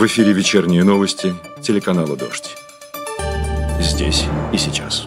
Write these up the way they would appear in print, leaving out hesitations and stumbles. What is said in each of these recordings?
В эфире вечерние новости телеканала «Дождь». Здесь и сейчас.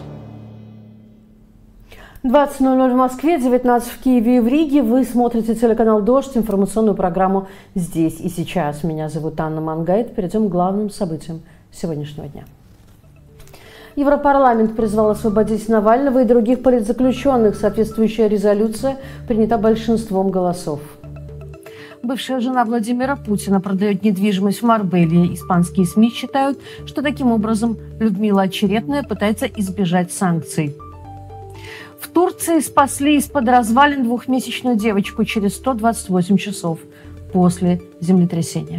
20:00 в Москве, 19 в Киеве и в Риге. Вы смотрите телеканал «Дождь», информационную программу «Здесь и сейчас». Меня зовут Анна Мангайт. Перейдем к главным событиям сегодняшнего дня. Европарламент призвал освободить Навального и других политзаключенных. Соответствующая резолюция принята большинством голосов. Бывшая жена Владимира Путина продает недвижимость в Марбелье. Испанские СМИ считают, что таким образом Людмила Очеретная пытается избежать санкций. В Турции спасли из-под развалин двухмесячную девочку через 128 часов после землетрясения.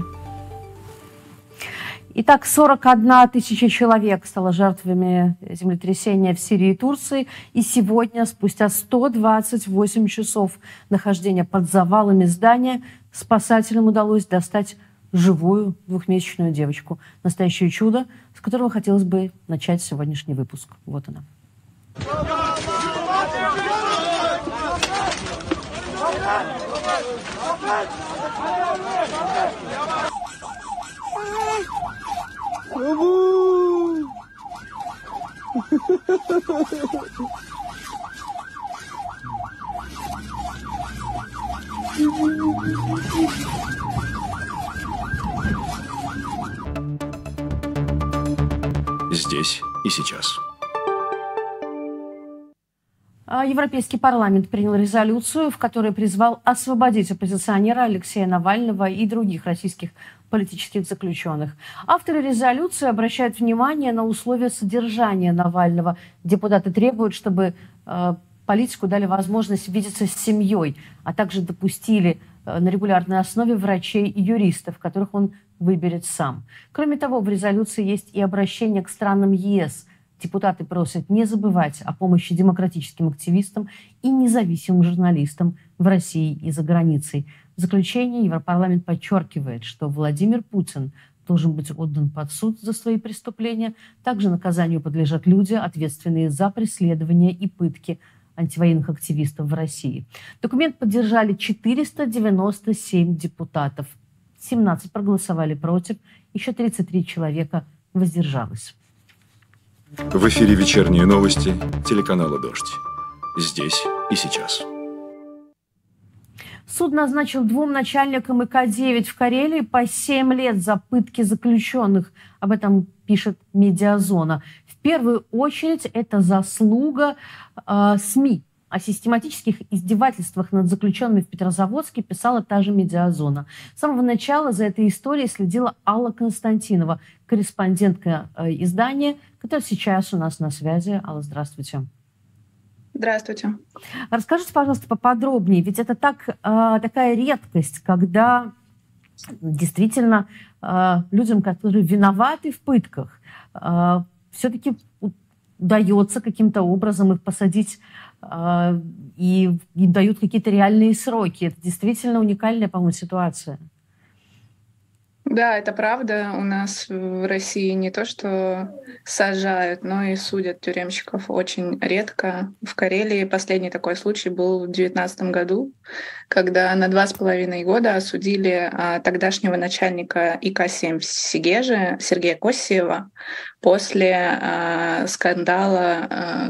Итак, 41 тысяча человек стало жертвами землетрясения в Сирии и Турции. И сегодня, спустя 128 часов нахождения под завалами здания, спасателям удалось достать живую двухмесячную девочку. Настоящее чудо, с которого хотелось бы начать сегодняшний выпуск. Вот она. Здесь и сейчас. Европейский парламент принял резолюцию, в которой призвал освободить оппозиционера Алексея Навального и других российских политических заключенных. Авторы резолюции обращают внимание на условия содержания Навального. Депутаты требуют, чтобы политику дали возможность видеться с семьей, а также допустили на регулярной основе врачей и юристов, которых он выберет сам. Кроме того, в резолюции есть и обращение к странам ЕС. Депутаты просят не забывать о помощи демократическим активистам и независимым журналистам в России и за границей. В заключение Европарламент подчеркивает, что Владимир Путин должен быть отдан под суд за свои преступления. Также наказанию подлежат люди, ответственные за преследование и пытки антивоенных активистов в России. Документ поддержали 497 депутатов. 17 проголосовали против, еще 33 человека воздержалось. В эфире вечерние новости телеканала «Дождь». Здесь и сейчас. Суд назначил 2 начальникам ИК-9 в Карелии по 7 лет за пытки заключенных. Об этом пишет «Медиазона». В первую очередь это заслуга СМИ. О систематических издевательствах над заключенными в Петрозаводске писала та же «Медиазона». С самого начала за этой историей следила Алла Константинова, корреспондентка издания, которая сейчас у нас на связи. Алла, здравствуйте. Здравствуйте. Расскажите, пожалуйста, поподробнее, ведь это такая редкость, когда действительно людям, которые виноваты в пытках, все-таки удается каким-то образом их посадить и им дают какие-то реальные сроки. Это действительно уникальная, по-моему, ситуация. Да, это правда. У нас в России не то что сажают, но и судят тюремщиков очень редко. В Карелии последний такой случай был в 2019 году, когда на 2,5 года осудили тогдашнего начальника ИК-7 в Сегеже Сергея Коссиева после скандала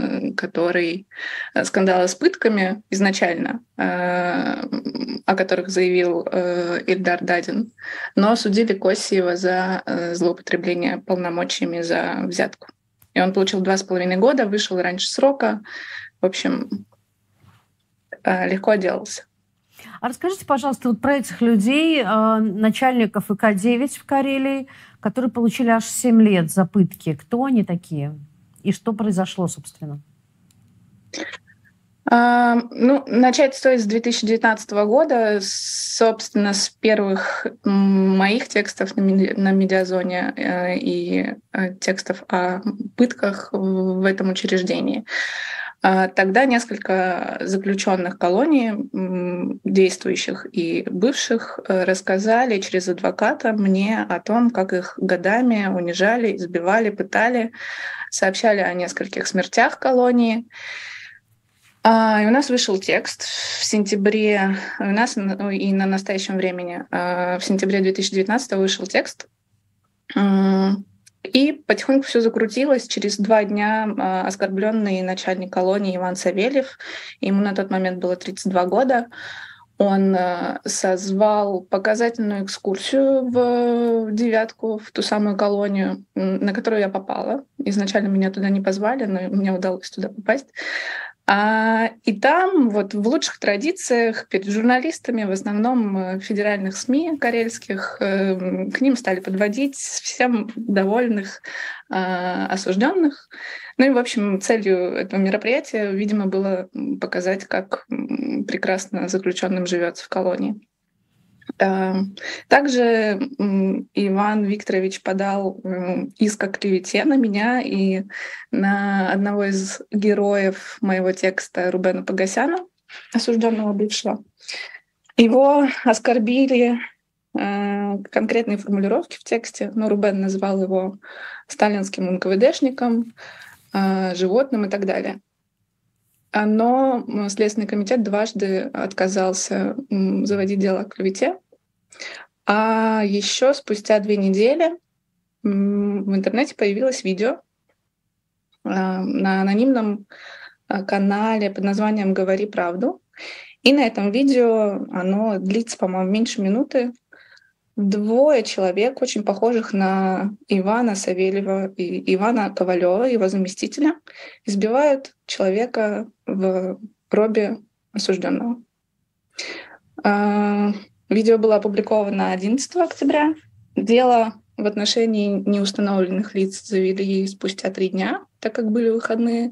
с пытками изначально, о которых заявил Ильдар Дадин, но судили Коссиева за злоупотребление полномочиями за взятку. И он получил 2,5 года, вышел раньше срока. В общем, легко отделался. А расскажите, пожалуйста, вот про этих людей, начальников ИК-9 в Карелии, которые получили аж 7 лет за пытки. Кто они такие? И что произошло, собственно? Начать стоит с 2019 года, собственно, с первых моих текстов на Медиазоне и текстов о пытках в этом учреждении. Тогда несколько заключенных колоний, действующих и бывших, рассказали через адвоката мне о том, как их годами унижали, избивали, пытали, сообщали о нескольких смертях колонии. И у нас вышел текст в сентябре, у нас и на настоящем времени, в сентябре 2019 вышел текст И потихоньку все закрутилось. Через 2 дня оскорбленный начальник колонии Иван Савельев, ему на тот момент было 32 года, он созвал показательную экскурсию в «Девятку», в ту самую колонию, на которую я попала. Изначально меня туда не позвали, но мне удалось туда попасть. И там вот в лучших традициях перед журналистами, в основном федеральных СМИ карельских, к ним стали подводить всем довольных осужденных. Ну и, в общем, целью этого мероприятия, видимо, было показать, как прекрасно заключенным живется в колонии. Также Иван Викторович подал иск о клевете на меня и на одного из героев моего текста Рубена Погосяна, осужденного бывшего. Его оскорбили конкретные формулировки в тексте, но Рубен назвал его сталинским НКВДшником, животным и так далее. Но Следственный комитет дважды отказался заводить дело о клевете. А еще спустя 2 недели в интернете появилось видео на анонимном канале под названием «Говори правду». И на этом видео, оно длится, по-моему, меньше минуты, 2 человек, очень похожих на Ивана Савельева и Ивана Ковалева, его заместителя, избивают человека в гробе осужденного. Видео было опубликовано 11 октября. Дело в отношении неустановленных лиц завели спустя 3 дня, так как были выходные.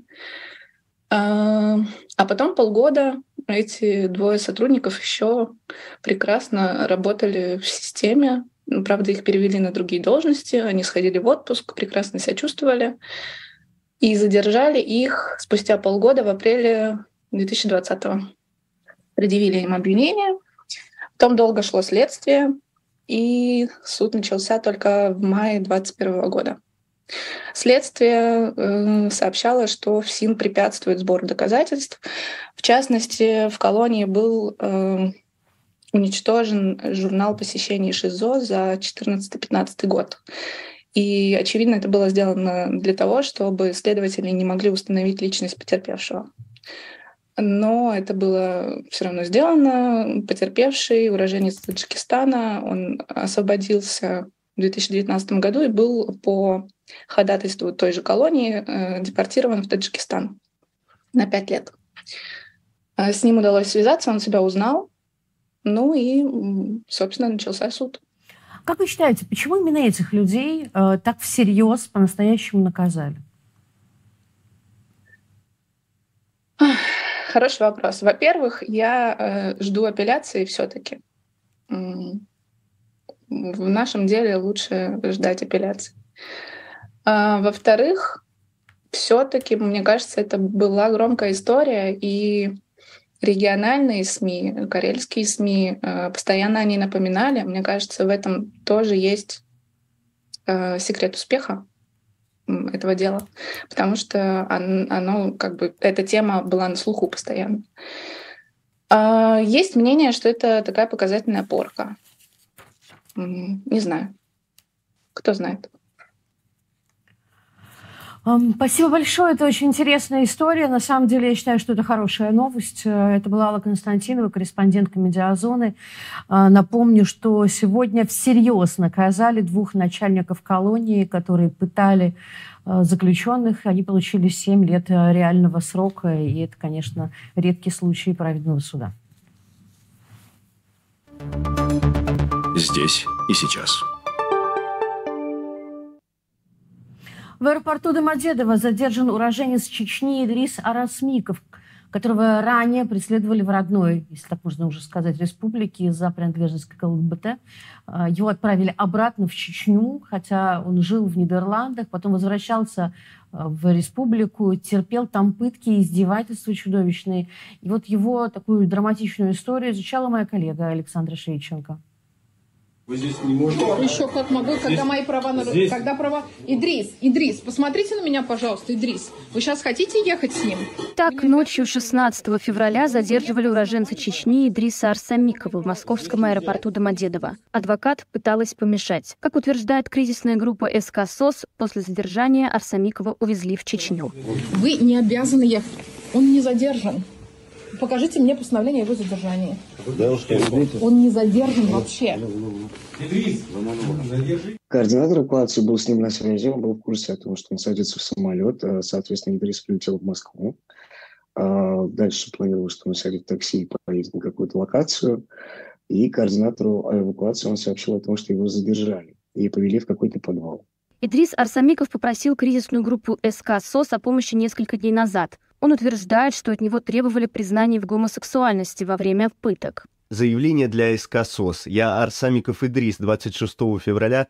А потом полгода эти 2 сотрудников еще прекрасно работали в системе. Правда, их перевели на другие должности, они сходили в отпуск, прекрасно себя чувствовали. И задержали их спустя полгода в апреле 2020-го. Предъявили им обвинение. Потом долго шло следствие, и суд начался только в мае 2021 года. Следствие сообщало, что ФСИН препятствует сбору доказательств. В частности, в колонии был уничтожен журнал посещений ШИЗО за 2014-2015 год. И, очевидно, это было сделано для того, чтобы следователи не могли установить личность потерпевшего. Но это было все равно сделано. Потерпевший, уроженец Таджикистана, он освободился в 2019 году и был по ходатайству той же колонии депортирован в Таджикистан на 5 лет. С ним удалось связаться, он себя узнал. Ну и, собственно, начался суд. Как вы считаете, почему именно этих людей так всерьез по-настоящему наказали? Хороший вопрос. Во-первых, я жду апелляции все-таки. В нашем деле лучше ждать апелляции. Во-вторых, все-таки, мне кажется, это была громкая история, и региональные СМИ, карельские СМИ, постоянно они напоминали. Мне кажется, в этом тоже есть секрет успеха этого дела, потому что оно, как бы, эта тема была на слуху постоянно. Есть мнение, что это такая показательная порка. Не знаю. Кто знает. Спасибо большое. Это очень интересная история. На самом деле, я считаю, что это хорошая новость. Это была Алла Константинова, корреспондентка «Медиазоны». Напомню, что сегодня всерьез наказали 2 начальников колонии, которые пытали заключенных. Они получили 7 лет реального срока. И это, конечно, редкий случай праведного суда. Здесь и сейчас. В аэропорту Домодедово задержан уроженец Чечни Идрис Арасмиков, которого ранее преследовали в родной, если так можно уже сказать, республике за принадлежность к ЛГБТ. Его отправили обратно в Чечню, хотя он жил в Нидерландах, потом возвращался в республику, терпел там пытки, издевательства чудовищные. И вот его такую драматичную историю изучала моя коллега Александра Швейченко. Вы здесь не можете... Еще как могу, когда мои права... Здесь... Когда права... Идрис, посмотрите на меня, пожалуйста, Идрис. Вы сейчас хотите ехать с ним? Так, ночью 16 февраля задерживали уроженца Чечни Идриса Арсамикова в московском аэропорту Домодедово. Адвокат пыталась помешать. Как утверждает кризисная группа СК СОС, после задержания Арсамикова увезли в Чечню. Вы не обязаны ехать. Он не задержан. Покажите мне постановление о его задержании. Он не задержан вообще. Координатор эвакуации был с ним на связи, он был в курсе о том, что он садится в самолет. Соответственно, Идрис полетел в Москву. Дальше планировал, что он сядет в такси и поедет на какую-то локацию. И координатору эвакуации он сообщил о том, что его задержали и повели в какой-то подвал. Идрис Арсамиков попросил кризисную группу СК СОС о помощи несколько дней назад. Он утверждает, что от него требовали признания в гомосексуальности во время пыток. Заявление для СК СОС. Я Арсамиков Идрис, 26 февраля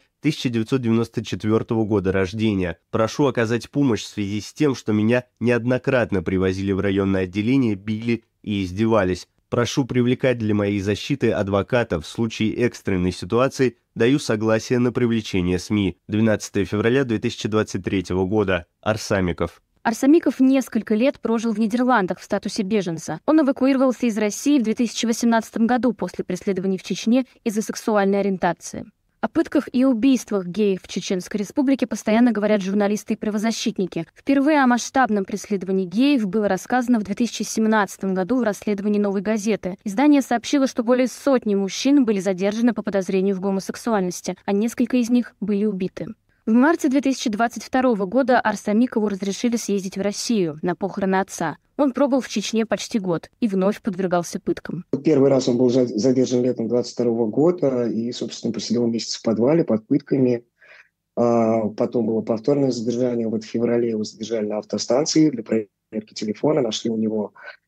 1994 года рождения. Прошу оказать помощь в связи с тем, что меня неоднократно привозили в районное отделение, били и издевались. Прошу привлекать для моей защиты адвокатов. В случае экстренной ситуации даю согласие на привлечение СМИ. 12 февраля 2023 года. Арсамиков. Арсамиков несколько лет прожил в Нидерландах в статусе беженца. Он эвакуировался из России в 2018 году после преследований в Чечне из-за сексуальной ориентации. О пытках и убийствах геев в Чеченской Республике постоянно говорят журналисты и правозащитники. Впервые о масштабном преследовании геев было рассказано в 2017 году в расследовании «Новой газеты». Издание сообщило, что более сотни мужчин были задержаны по подозрению в гомосексуальности, а несколько из них были убиты. В марте 2022 года Арсамикову разрешили съездить в Россию на похороны отца. Он пробыл в Чечне почти год и вновь подвергался пыткам. Первый раз он был задержан летом 2022 года и, собственно, посидел месяц в подвале под пытками. Потом было повторное задержание. Вот в феврале его задержали на автостанции для проверки телефона. Нашли у него,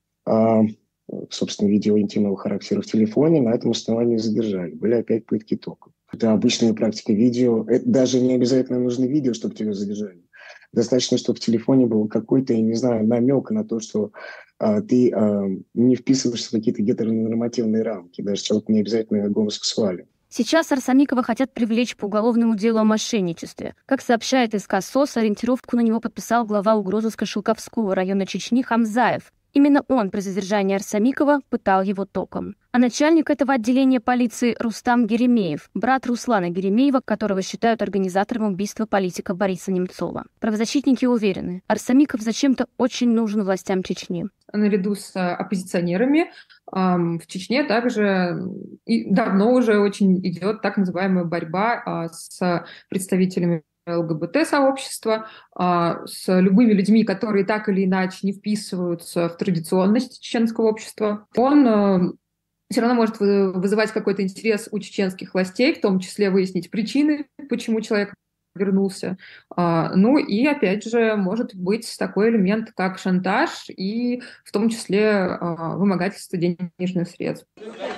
собственно, видео интимного характера в телефоне. На этом основании задержали. Были опять пытки током. Это обычная практика видео. Это даже не обязательно нужно видео, чтобы тебя задержали. Достаточно, чтобы в телефоне был какой-то, я не знаю, намек на то, что ты не вписываешься в какие-то гетеронормативные рамки. Даже человек не обязательно гомосексуален. Сейчас Арсамикова хотят привлечь по уголовному делу о мошенничестве. Как сообщает СК СОС, ориентировку на него подписал глава Угрозовско-Шелковского района Чечни Хамзаев. Именно он при задержании Арсамикова пытал его током. А начальник этого отделения полиции Рустам Геремеев, брат Руслана Геремеева, которого считают организатором убийства политика Бориса Немцова. Правозащитники уверены, Арсамиков зачем-то очень нужен властям Чечни. Наряду с оппозиционерами в Чечне также давно уже очень идет так называемая борьба с представителями ЛГБТ-сообщества, с любыми людьми, которые так или иначе не вписываются в традиционность чеченского общества. Он все равно может вызывать какой-то интерес у чеченских властей, в том числе выяснить причины, почему человек вернулся. Ну и, опять же, может быть такой элемент, как шантаж и в том числе вымогательство денежных средств.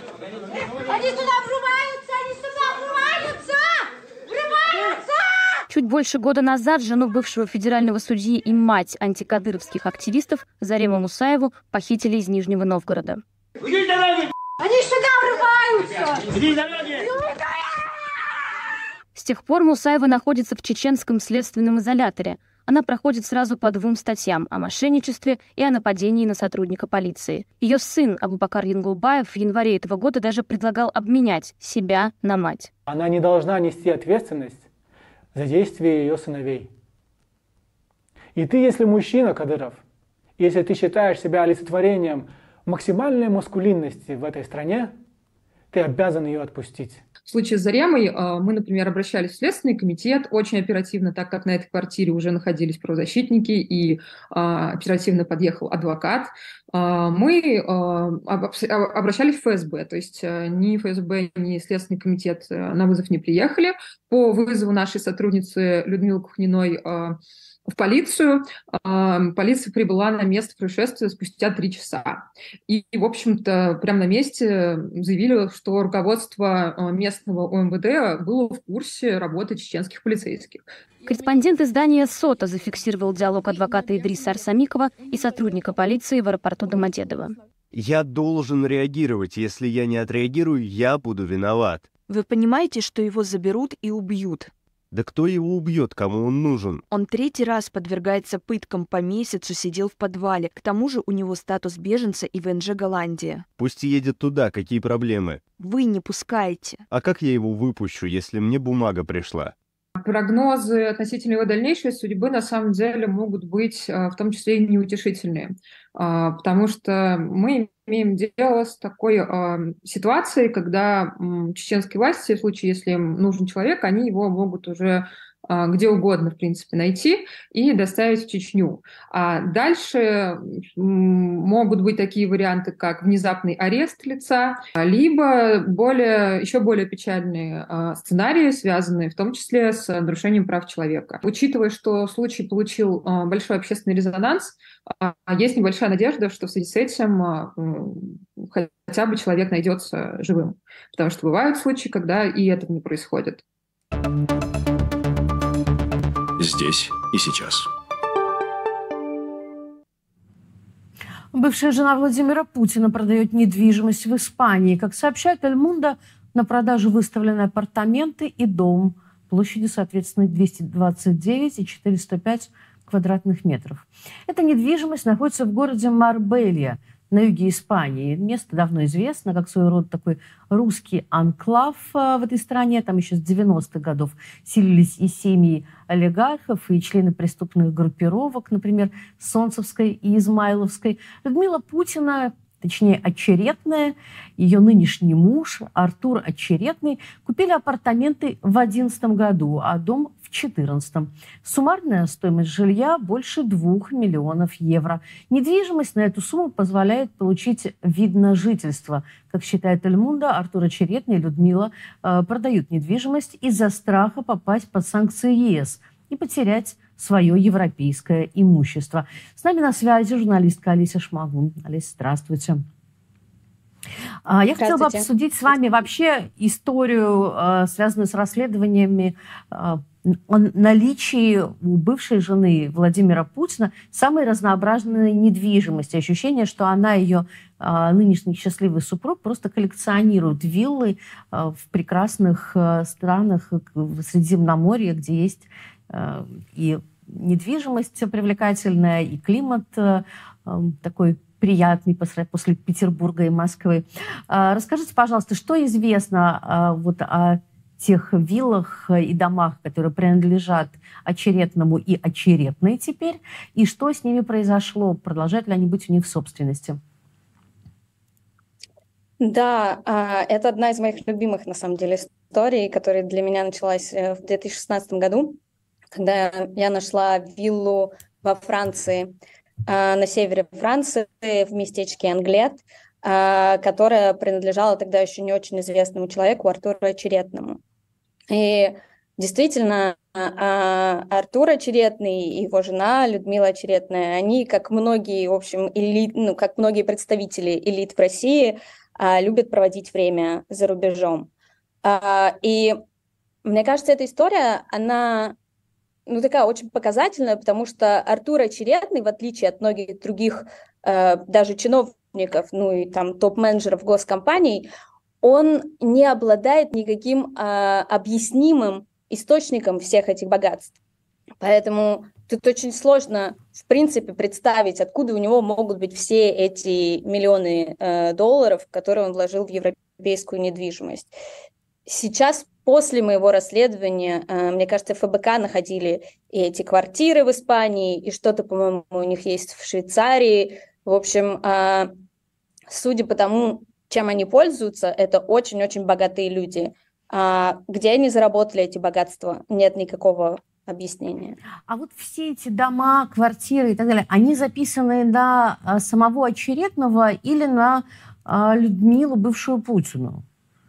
Они туда врываются! Они сюда врываются! Врываются! Чуть больше года назад жену бывшего федерального судьи и мать антикадыровских активистов Зарему Мусаеву похитили из Нижнего Новгорода. Они сюда врываются! С тех пор Мусаева находится в чеченском следственном изоляторе. Она проходит сразу по 2 статьям – о мошенничестве и о нападении на сотрудника полиции. Ее сын Абубакар Янгулбаев в январе этого года даже предлагал обменять себя на мать. Она не должна нести ответственность за действия ее сыновей. И ты, если мужчина, Кадыров, если ты считаешь себя олицетворением максимальной маскулинности в этой стране, ты обязан ее отпустить. В случае с Заремой мы, например, обращались в Следственный комитет очень оперативно, так как на этой квартире уже находились правозащитники и оперативно подъехал адвокат. Мы обращались в ФСБ, то есть ни ФСБ, ни Следственный комитет на вызов не приехали. По вызову нашей сотрудницы Людмилы Кухниной в полицию. Полиция прибыла на место происшествия спустя 3 часа. И, в общем-то, прямо на месте заявили, что руководство местного ОМВД было в курсе работы чеченских полицейских. Корреспондент издания «Сота» зафиксировал диалог адвоката Идриса Арсамикова и сотрудника полиции в аэропорту Домодедово. Я должен реагировать. Если я не отреагирую, я буду виноват. Вы понимаете, что его заберут и убьют? Да кто его убьет, кому он нужен? Он 3-й раз подвергается пыткам, по месяцу сидел в подвале. К тому же у него статус беженца и ВНЖ Голландия. Пусть едет туда, какие проблемы? Вы не пускаете. А как я его выпущу, если мне бумага пришла? Прогнозы относительно его дальнейшей судьбы на самом деле могут быть в том числе и неутешительные, потому что мы имеем дело с такой ситуацией, когда чеченские власти, в случае, если им нужен человек, они его могут уже где угодно, в принципе, найти и доставить в Чечню. А дальше могут быть такие варианты, как внезапный арест лица, либо еще более печальные сценарии, связанные в том числе с нарушением прав человека. Учитывая, что случай получил большой общественный резонанс, есть небольшая надежда, что в связи с этим хотя бы человек найдется живым. Потому что бывают случаи, когда и этого не происходит. Здесь и сейчас. Бывшая жена Владимира Путина продает недвижимость в Испании. Как сообщает «Эль Мундо», на продажу выставлены апартаменты и дом площадью, соответственно, 229 и 405 квадратных метров. Эта недвижимость находится в городе Марбелья на юге Испании. Место давно известно как своего рода такой русский анклав в этой стране. Там еще с 90-х годов селились и семьи олигархов, и члены преступных группировок, например, Солнцевской и Измайловской. Людмила Путина, точнее, Очеретная, ее нынешний муж Артур Очеретный, купили апартаменты в 2011 году, а дом в 2014. Суммарная стоимость жилья больше 2 миллионов евро. Недвижимость на эту сумму позволяет получить вид на жительство. Как считает «Эль Мундо», Артур Очеретный и Людмила продают недвижимость из-за страха попасть под санкции ЕС и потерять свое европейское имущество. С нами на связи журналистка Олеся Шмагун. Олеся, здравствуйте. Я хотела бы обсудить с вами вообще историю, связанную с расследованиями о наличии у бывшей жены Владимира Путина самой разнообразной недвижимости. Ощущение, что она, ее нынешний счастливый супруг, просто коллекционирует виллы в прекрасных странах в Средиземноморье, где есть и недвижимость привлекательная, и климат такой приятный после Петербурга и Москвы. Расскажите, пожалуйста, что известно вот о тех виллах и домах, которые принадлежат Очеретному и Очеретной теперь, и что с ними произошло? Продолжают ли они быть у них в собственности? Да, это одна из моих любимых, на самом деле, историй, которая для меня началась в 2016 году, когда я нашла виллу во Франции, на севере Франции, в местечке Англет, которая принадлежала тогда еще не очень известному человеку, Артуру Очеретному. И действительно, Артур Очеретный и его жена Людмила Очеретная, они, как многие, в общем, как многие представители элит в России, любят проводить время за рубежом. И мне кажется, эта история, она такая очень показательная, потому что Артур Очеретный, в отличие от многих других даже чиновников, и там топ-менеджеров госкомпаний, он не обладает никаким объяснимым источником всех этих богатств. Поэтому тут очень сложно, в принципе, представить, откуда у него могут быть все эти миллионы долларов, которые он вложил в европейскую недвижимость. Сейчас, после моего расследования, мне кажется, ФБК находили и эти квартиры в Испании, и что-то, по-моему, у них есть в Швейцарии. В общем, судя по тому, чем они пользуются, это очень-очень богатые люди. Где они заработали эти богатства, нет никакого объяснения. А вот все эти дома, квартиры и так далее, они записаны на самого Очеретного или на Людмилу, бывшую Путину?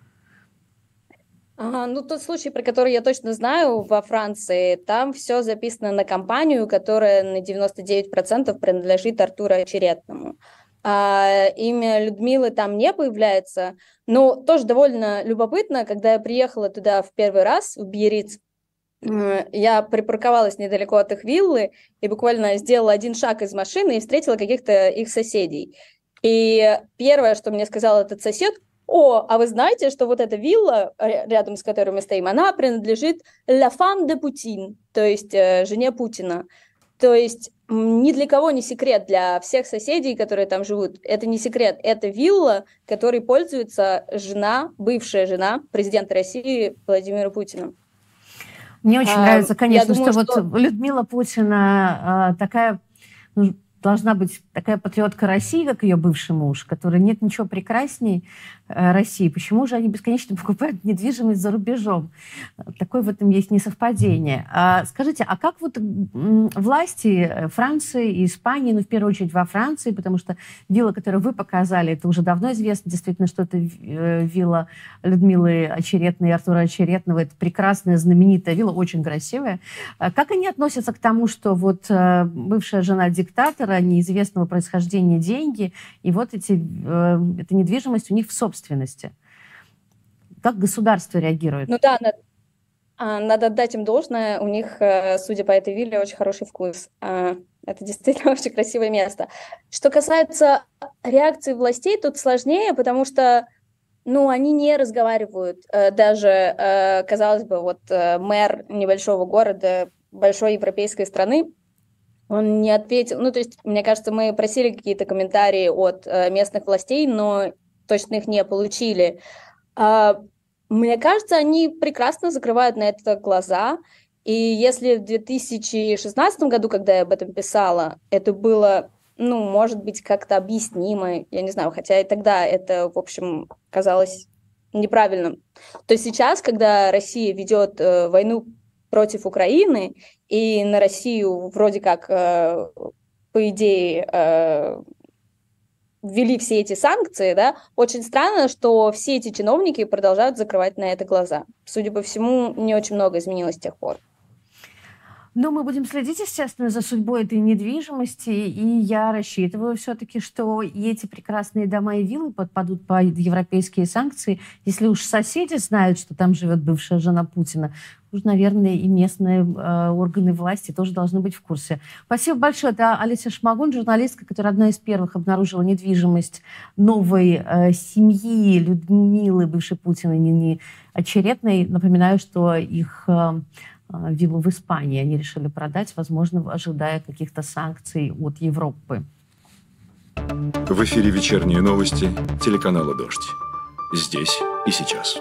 Тот случай, про который я точно знаю, во Франции, там все записано на компанию, которая на 99% принадлежит Артуру Очеретному. Имя Людмилы там не появляется, но тоже довольно любопытно, когда я приехала туда в первый раз, в Биарриц, я припарковалась недалеко от их виллы и буквально сделала один шаг из машины и встретила каких-то их соседей. И первое, что мне сказал этот сосед, о, а вы знаете, что вот эта вилла, рядом с которой мы стоим, она принадлежит la femme de Poutine, то есть жене Путина. То есть ни для кого не секрет, для всех соседей, которые там живут, это не секрет, это вилла, которой пользуется жена, бывшая жена президента России Владимира Путина. Мне очень нравится, конечно, думаю, что вот Людмила Путина такая, ну, должна быть такая патриотка России, как ее бывший муж, который нет ничего прекрасней России. Почему же они бесконечно покупают недвижимость за рубежом? Такое в этом есть несовпадение. Скажите, а как вот власти Франции и Испании, ну, в первую очередь во Франции, потому что вилла, которую вы показали, это уже давно известно, действительно, что это вилла Людмилы Очеретной и Артура Очеретного. Это прекрасная, знаменитая вилла, очень красивая. Как они относятся к тому, что вот бывшая жена диктатора, неизвестного происхождения деньги, и вот эта недвижимость у них в собственности? Как государство реагирует? Ну да, надо отдать им должное. У них, судя по этой вилле, очень хороший вкус. Это действительно очень красивое место. Что касается реакции властей, тут сложнее, потому что, ну, они не разговаривают. Даже, казалось бы, вот мэр небольшого города, большой европейской страны, он не ответил. Ну, то есть, мне кажется, мы просили какие-то комментарии от местных властей, но точно их не получили. Мне кажется, они прекрасно закрывают на это глаза. И если в 2016 году, когда я об этом писала, это было, ну, может быть, как-то объяснимо, я не знаю, хотя и тогда это, в общем, казалось неправильным, то сейчас, когда Россия ведет войну против Украины, и на Россию вроде как, по идее, ввели все эти санкции, да, очень странно, что все эти чиновники продолжают закрывать на это глаза. Судя по всему, не очень много изменилось с тех пор. Ну, мы будем следить, естественно, за судьбой этой недвижимости, и я рассчитываю все-таки, что и эти прекрасные дома и виллы подпадут под европейские санкции. Если уж соседи знают, что там живет бывшая жена Путина, уж, наверное, и местные органы власти тоже должны быть в курсе. Спасибо большое. Это Олеся Шмагун, журналистка, которая одна из первых обнаружила недвижимость новой семьи Людмилы, бывшей Путиной, Нины Очеретной. Напоминаю, что их виллу в Испании они решили продать, возможно, ожидая каких-то санкций от Европы. В эфире вечерние новости телеканала «Дождь». Здесь и сейчас.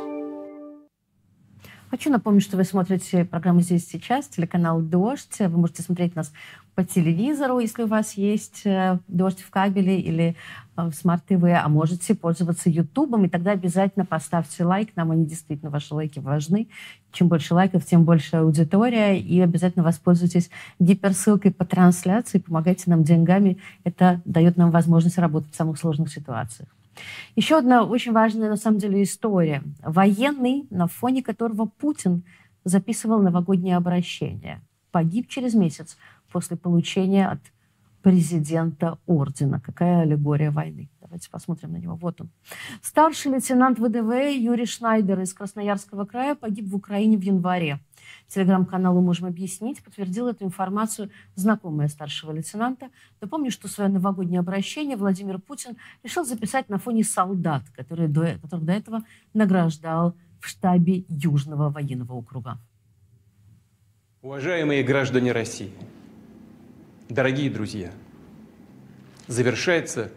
Хочу напомнить, что вы смотрите программу «Здесь сейчас», телеканал «Дождь». Вы можете смотреть нас по телевизору, если у вас есть «Дождь» в кабеле или в смарт-ТВ, а можете пользоваться Ютубом, и тогда обязательно поставьте лайк. Нам они действительно, ваши лайки важны. Чем больше лайков, тем больше аудитория. И обязательно воспользуйтесь гиперссылкой по трансляции, помогайте нам деньгами. Это дает нам возможность работать в самых сложных ситуациях. Еще одна очень важная, на самом деле, история. Военный, на фоне которого Путин записывал новогоднее обращение, погиб через месяц после получения от президента ордена. Какая аллегория войны. Давайте посмотрим на него. Вот он. Старший лейтенант ВДВ Юрий Шнайдер из Красноярского края погиб в Украине в январе. Телеграм-каналу «Можем объяснить» подтвердил эту информацию знакомая старшего лейтенанта. Напомню, что свое новогоднее обращение Владимир Путин решил записать на фоне солдат, которых до этого награждал в штабе Южного военного округа. Уважаемые граждане России, дорогие друзья, завершается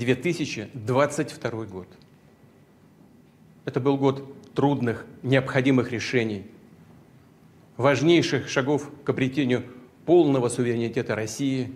2022 год. Это был год трудных, необходимых решений, важнейших шагов к обретению полного суверенитета России.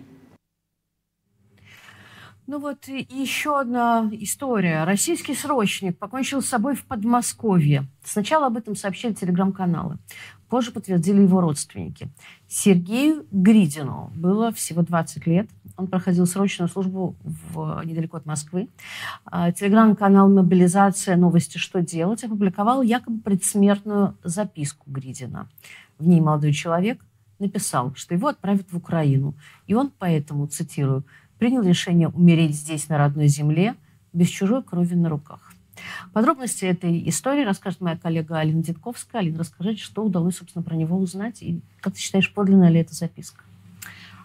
Ну вот и еще одна история. Российский срочник покончил с собой в Подмосковье. Сначала об этом сообщили телеграм-каналы. Позже подтвердили его родственники. Сергею Гридину было всего 20 лет. Он проходил срочную службу недалеко от Москвы. Телеграм-канал «Мобилизация. Новости. Что делать» опубликовал якобы предсмертную записку Гридина. В ней молодой человек написал, что его отправят в Украину. И он поэтому, цитирую, принял решение умереть здесь, на родной земле, без чужой крови на руках. Подробности этой истории расскажет моя коллега Алина Дедковская. Алина, расскажите, что удалось, собственно, про него узнать, и как ты считаешь, подлинная ли эта записка?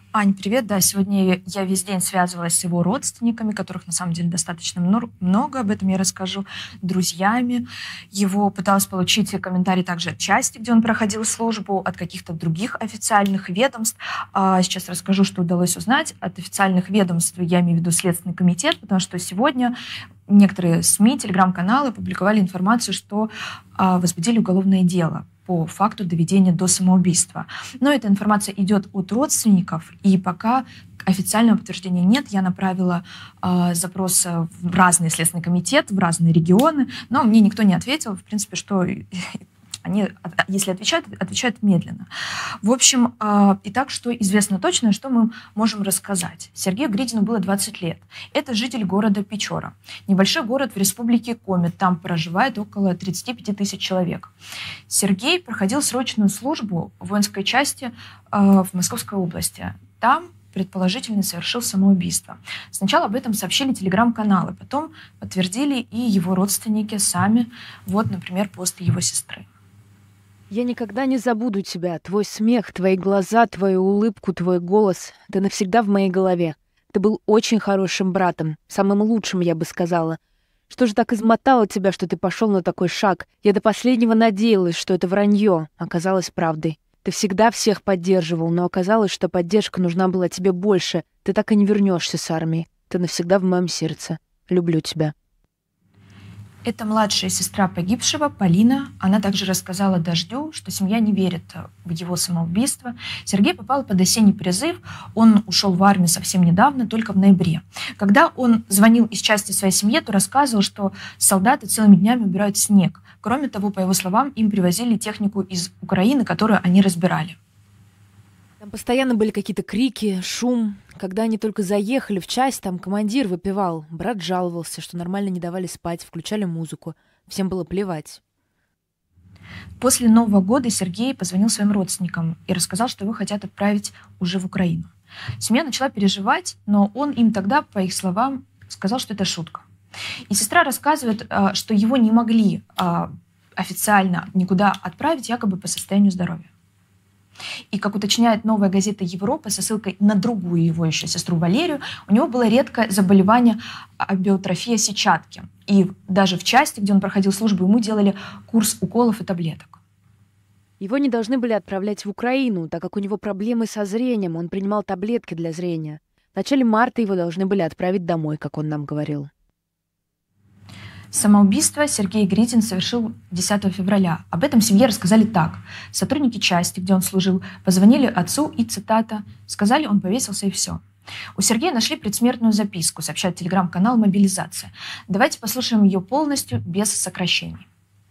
Ань, привет. Да, сегодня я весь день связывалась с его родственниками, которых на самом деле достаточно много, об этом я расскажу, друзьями. Его пыталась получить комментарий также от части, где он проходил службу, от каких-то других официальных ведомств. Сейчас расскажу, что удалось узнать. От официальных ведомств я имею в виду Следственный комитет, потому что сегодня некоторые СМИ, телеграм-каналы опубликовали информацию, что возбудили уголовное дело по факту доведения до самоубийства. Но эта информация идет от родственников, и пока официального подтверждения нет. Я направила запрос в разные следственные комитеты, в разные регионы, но мне никто не ответил. В принципе, что они, если отвечают медленно. В общем, итак, что известно точно, что мы можем рассказать. Сергею Гридину было 20 лет. Это житель города Печора. Небольшой город в республике Коми. Там проживает около 35 тысяч человек. Сергей проходил срочную службу в воинской части в Московской области. Там предположительно совершил самоубийство. Сначала об этом сообщили телеграм-каналы, потом подтвердили и его родственники сами. Вот, например, пост его сестры. Я никогда не забуду тебя, твой смех, твои глаза, твою улыбку, твой голос. Ты навсегда в моей голове. Ты был очень хорошим братом, самым лучшим, я бы сказала. Что же так измотало тебя, что ты пошел на такой шаг? Я до последнего надеялась, что это вранье, оказалось правдой. Ты всегда всех поддерживал, но оказалось, что поддержка нужна была тебе больше. Ты так и не вернешься с армии. Ты навсегда в моем сердце. Люблю тебя. Это младшая сестра погибшего, Полина. Она также рассказала Дождю, что семья не верит в его самоубийство. Сергей попал под осенний призыв. Он ушел в армию совсем недавно, только в ноябре. Когда он звонил из части своей семье, то рассказывал, что солдаты целыми днями убирают снег. Кроме того, по его словам, им привозили технику из Украины, которую они разбирали. Там постоянно были какие-то крики, шум. Когда они только заехали в часть, там командир выпивал. Брат жаловался, что нормально не давали спать, включали музыку. Всем было плевать. После Нового года Сергей позвонил своим родственникам и рассказал, что его хотят отправить уже в Украину. Семья начала переживать, но он им тогда, по их словам, сказал, что это шутка. И сестра рассказывает, что его не могли официально никуда отправить, якобы по состоянию здоровья. И, как уточняет «Новая газета Европа» со ссылкой на другую его еще сестру Валерию, у него было редкое заболевание абиотрофия сетчатки. И даже в части, где он проходил службу, ему делали курс уколов и таблеток. Его не должны были отправлять в Украину, так как у него проблемы со зрением, он принимал таблетки для зрения. В начале марта его должны были отправить домой, как он нам говорил. Самоубийство Сергей Гридин совершил 10 февраля. Об этом семье рассказали так. Сотрудники части, где он служил, позвонили отцу и, цитата, сказали, он повесился и все. У Сергея нашли предсмертную записку, сообщает телеграм-канал «Мобилизация». Давайте послушаем ее полностью, без сокращений.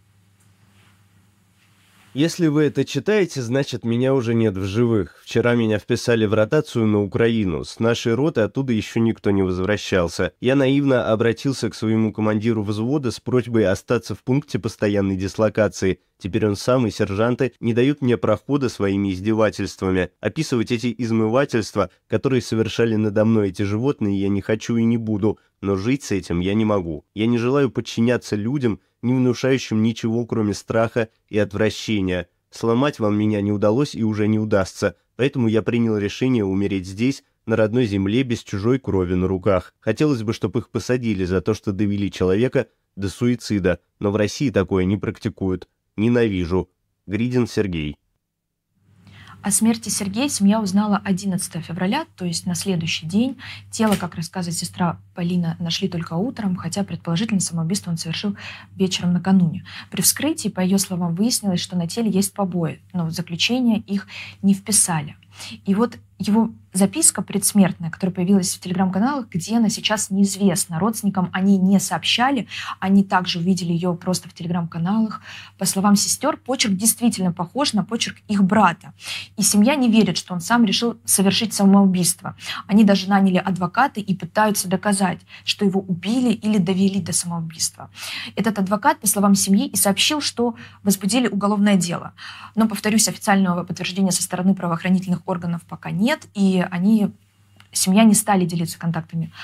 Если вы это читаете, значит, меня уже нет в живых. Вчера меня вписали в ротацию на Украину. С нашей роты оттуда еще никто не возвращался. Я наивно обратился к своему командиру взвода с просьбой остаться в пункте постоянной дислокации. Теперь он сам и сержанты не дают мне прохода своими издевательствами. Описывать эти измывательства, которые совершали надо мной эти животные, я не хочу и не буду. Но жить с этим я не могу. Я не желаю подчиняться людям, не внушающим ничего, кроме страха и отвращения. Сломать вам меня не удалось и уже не удастся, поэтому я принял решение умереть здесь, на родной земле, без чужой крови на руках. Хотелось бы, чтобы их посадили за то, что довели человека до суицида, но в России такое не практикуют. Ненавижу. Гридин Сергей. О смерти Сергея семья узнала 11 февраля, то есть на следующий день. Тело, как рассказывает сестра Полина, нашли только утром, хотя предположительно самоубийство он совершил вечером накануне. При вскрытии, по ее словам, выяснилось, что на теле есть побои, но в заключение их не вписали. И вот его записка предсмертная, которая появилась в телеграм-каналах, где она сейчас неизвестна. Родственникам они не сообщали, они также увидели ее просто в телеграм-каналах. По словам сестер, почерк действительно похож на почерк их брата. И семья не верит, что он сам решил совершить самоубийство. Они даже наняли адвоката и пытаются доказать, что его убили или довели до самоубийства. Этот адвокат, по словам семьи, и сообщил, что возбудили уголовное дело. Но, повторюсь, официального подтверждения со стороны правоохранительных органов пока нет, и семья не стали делиться контактами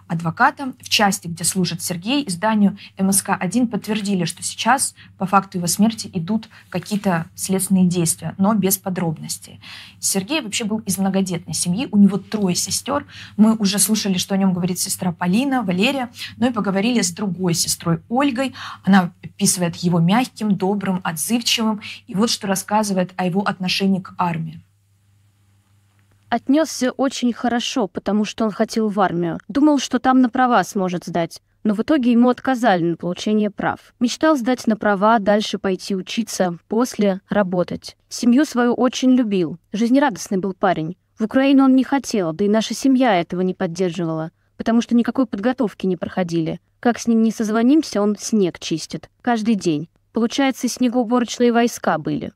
адвоката. В части, где служит Сергей, изданию МСК-1 подтвердили, что сейчас по факту его смерти идут какие-то следственные действия, но без подробностей. Сергей вообще был из многодетной семьи, у него 3 сестер. Мы уже слушали, что о нем говорит сестра Полина, Валерия, но и поговорили с другой сестрой Ольгой. Она описывает его мягким, добрым, отзывчивым. И вот что рассказывает о его отношении к армии. Отнесся очень хорошо, потому что он хотел в армию. Думал, что там на права сможет сдать. Но в итоге ему отказали на получение прав. Мечтал сдать на права, дальше пойти учиться, после работать. Семью свою очень любил. Жизнерадостный был парень. В Украину он не хотел, да и наша семья этого не поддерживала, потому что никакой подготовки не проходили. Как с ним не созвонимся, он снег чистит. Каждый день. Получается, снегоуборочные войска были.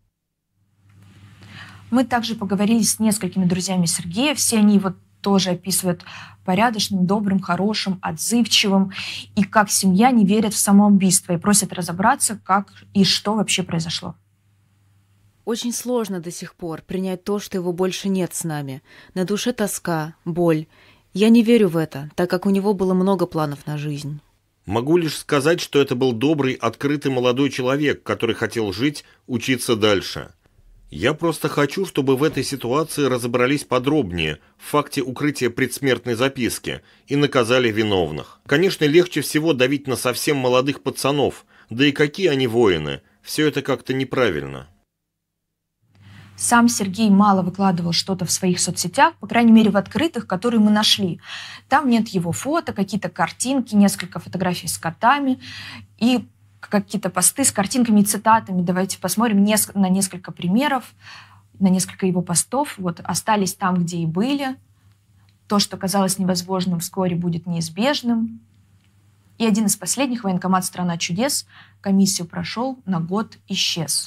Мы также поговорили с несколькими друзьями Сергея. Все они его тоже описывают порядочным, добрым, хорошим, отзывчивым. И как семья не верит в самоубийство и просят разобраться, как и что вообще произошло. Очень сложно до сих пор принять то, что его больше нет с нами. На душе тоска, боль. Я не верю в это, так как у него было много планов на жизнь. Могу лишь сказать, что это был добрый, открытый молодой человек, который хотел жить, учиться дальше. Я просто хочу, чтобы в этой ситуации разобрались подробнее в факте укрытия предсмертной записки и наказали виновных. Конечно, легче всего давить на совсем молодых пацанов, да и какие они воины, все это как-то неправильно. Сам Сергей мало выкладывал что-то в своих соцсетях, по крайней мере в открытых, которые мы нашли. Там нет его фото, какие-то картинки, несколько фотографий с котами и какие-то посты с картинками и цитатами. Давайте посмотрим на несколько примеров, на несколько его постов. Вот остались там, где и были. То, что казалось невозможным, вскоре будет неизбежным. И один из последних, военкомат «Страна чудес», комиссию прошел, на год исчез.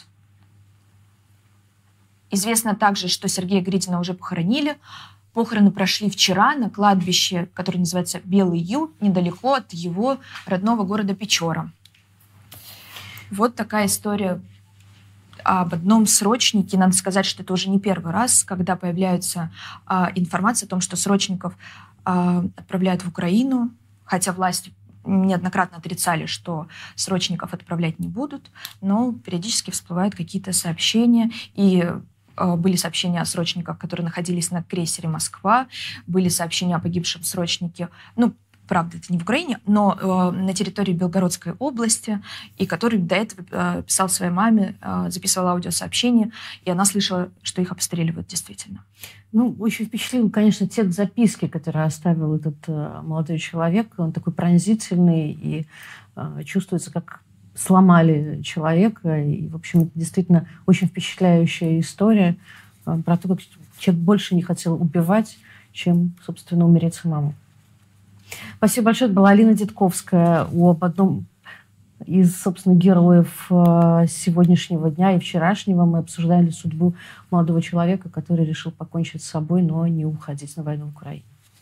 Известно также, что Сергея Гридина уже похоронили. Похороны прошли вчера на кладбище, которое называется Белый Ю, недалеко от его родного города Печора. Вот такая история об одном срочнике. Надо сказать, что это уже не первый раз, когда появляется информация о том, что срочников отправляют в Украину, хотя власти неоднократно отрицали, что срочников отправлять не будут, но периодически всплывают какие-то сообщения, и были сообщения о срочниках, которые находились на крейсере «Москва», были сообщения о погибшем срочнике, правда, это не в Украине, но на территории Белгородской области, и который до этого писал своей маме, записывал аудиосообщение, и она слышала, что их обстреливают действительно. Очень впечатлил, конечно, текст записки, который оставил этот молодой человек. Он такой пронзительный, и чувствуется, как сломали человека. И, в общем, это действительно очень впечатляющая история про то, как человек больше не хотел убивать, чем, собственно, умереть самому. Спасибо большое. Это была Алина Дедковская об одном из, собственно, героев сегодняшнего дня и вчерашнего. Мы обсуждали судьбу молодого человека, который решил покончить с собой, но не уходить на войну в Украине.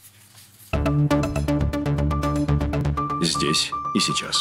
Здесь и сейчас.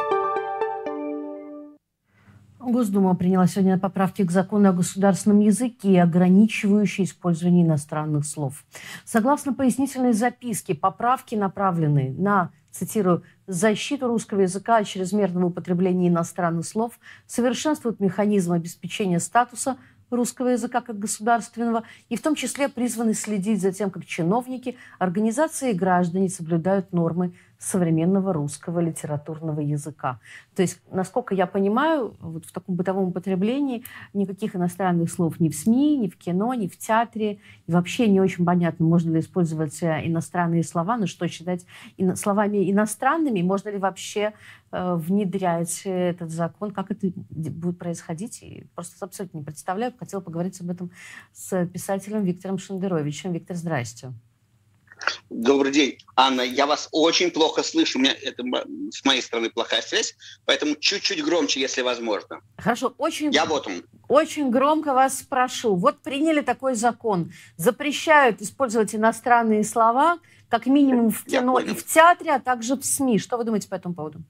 Госдума приняла сегодня поправки к закону о государственном языке, ограничивающие использование иностранных слов. Согласно пояснительной записке, поправки направлены на, цитирую, «защиту русского языка от чрезмерного употребления иностранных слов, совершенствуют механизм обеспечения статуса русского языка как государственного и в том числе призваны следить за тем, как чиновники, организации и граждане соблюдают нормы современного русского литературного языка». То есть, насколько я понимаю, вот в таком бытовом употреблении никаких иностранных слов ни в СМИ, ни в кино, ни в театре. И вообще не очень понятно, можно ли использовать иностранные слова, но что считать словами иностранными, можно ли вообще внедрять этот закон, как это будет происходить. И просто абсолютно не представляю. Хотела поговорить об этом с писателем Виктором Шендеровичем. Виктор, здрасте. Добрый день, Анна. Я вас очень плохо слышу. У меня это с моей стороны плохая связь, поэтому чуть-чуть громче, если возможно. Хорошо, очень громко вас прошу. Вот приняли такой закон. Запрещают использовать иностранные слова, как минимум в кино и в театре, а также в СМИ. Что вы думаете по этому поводу?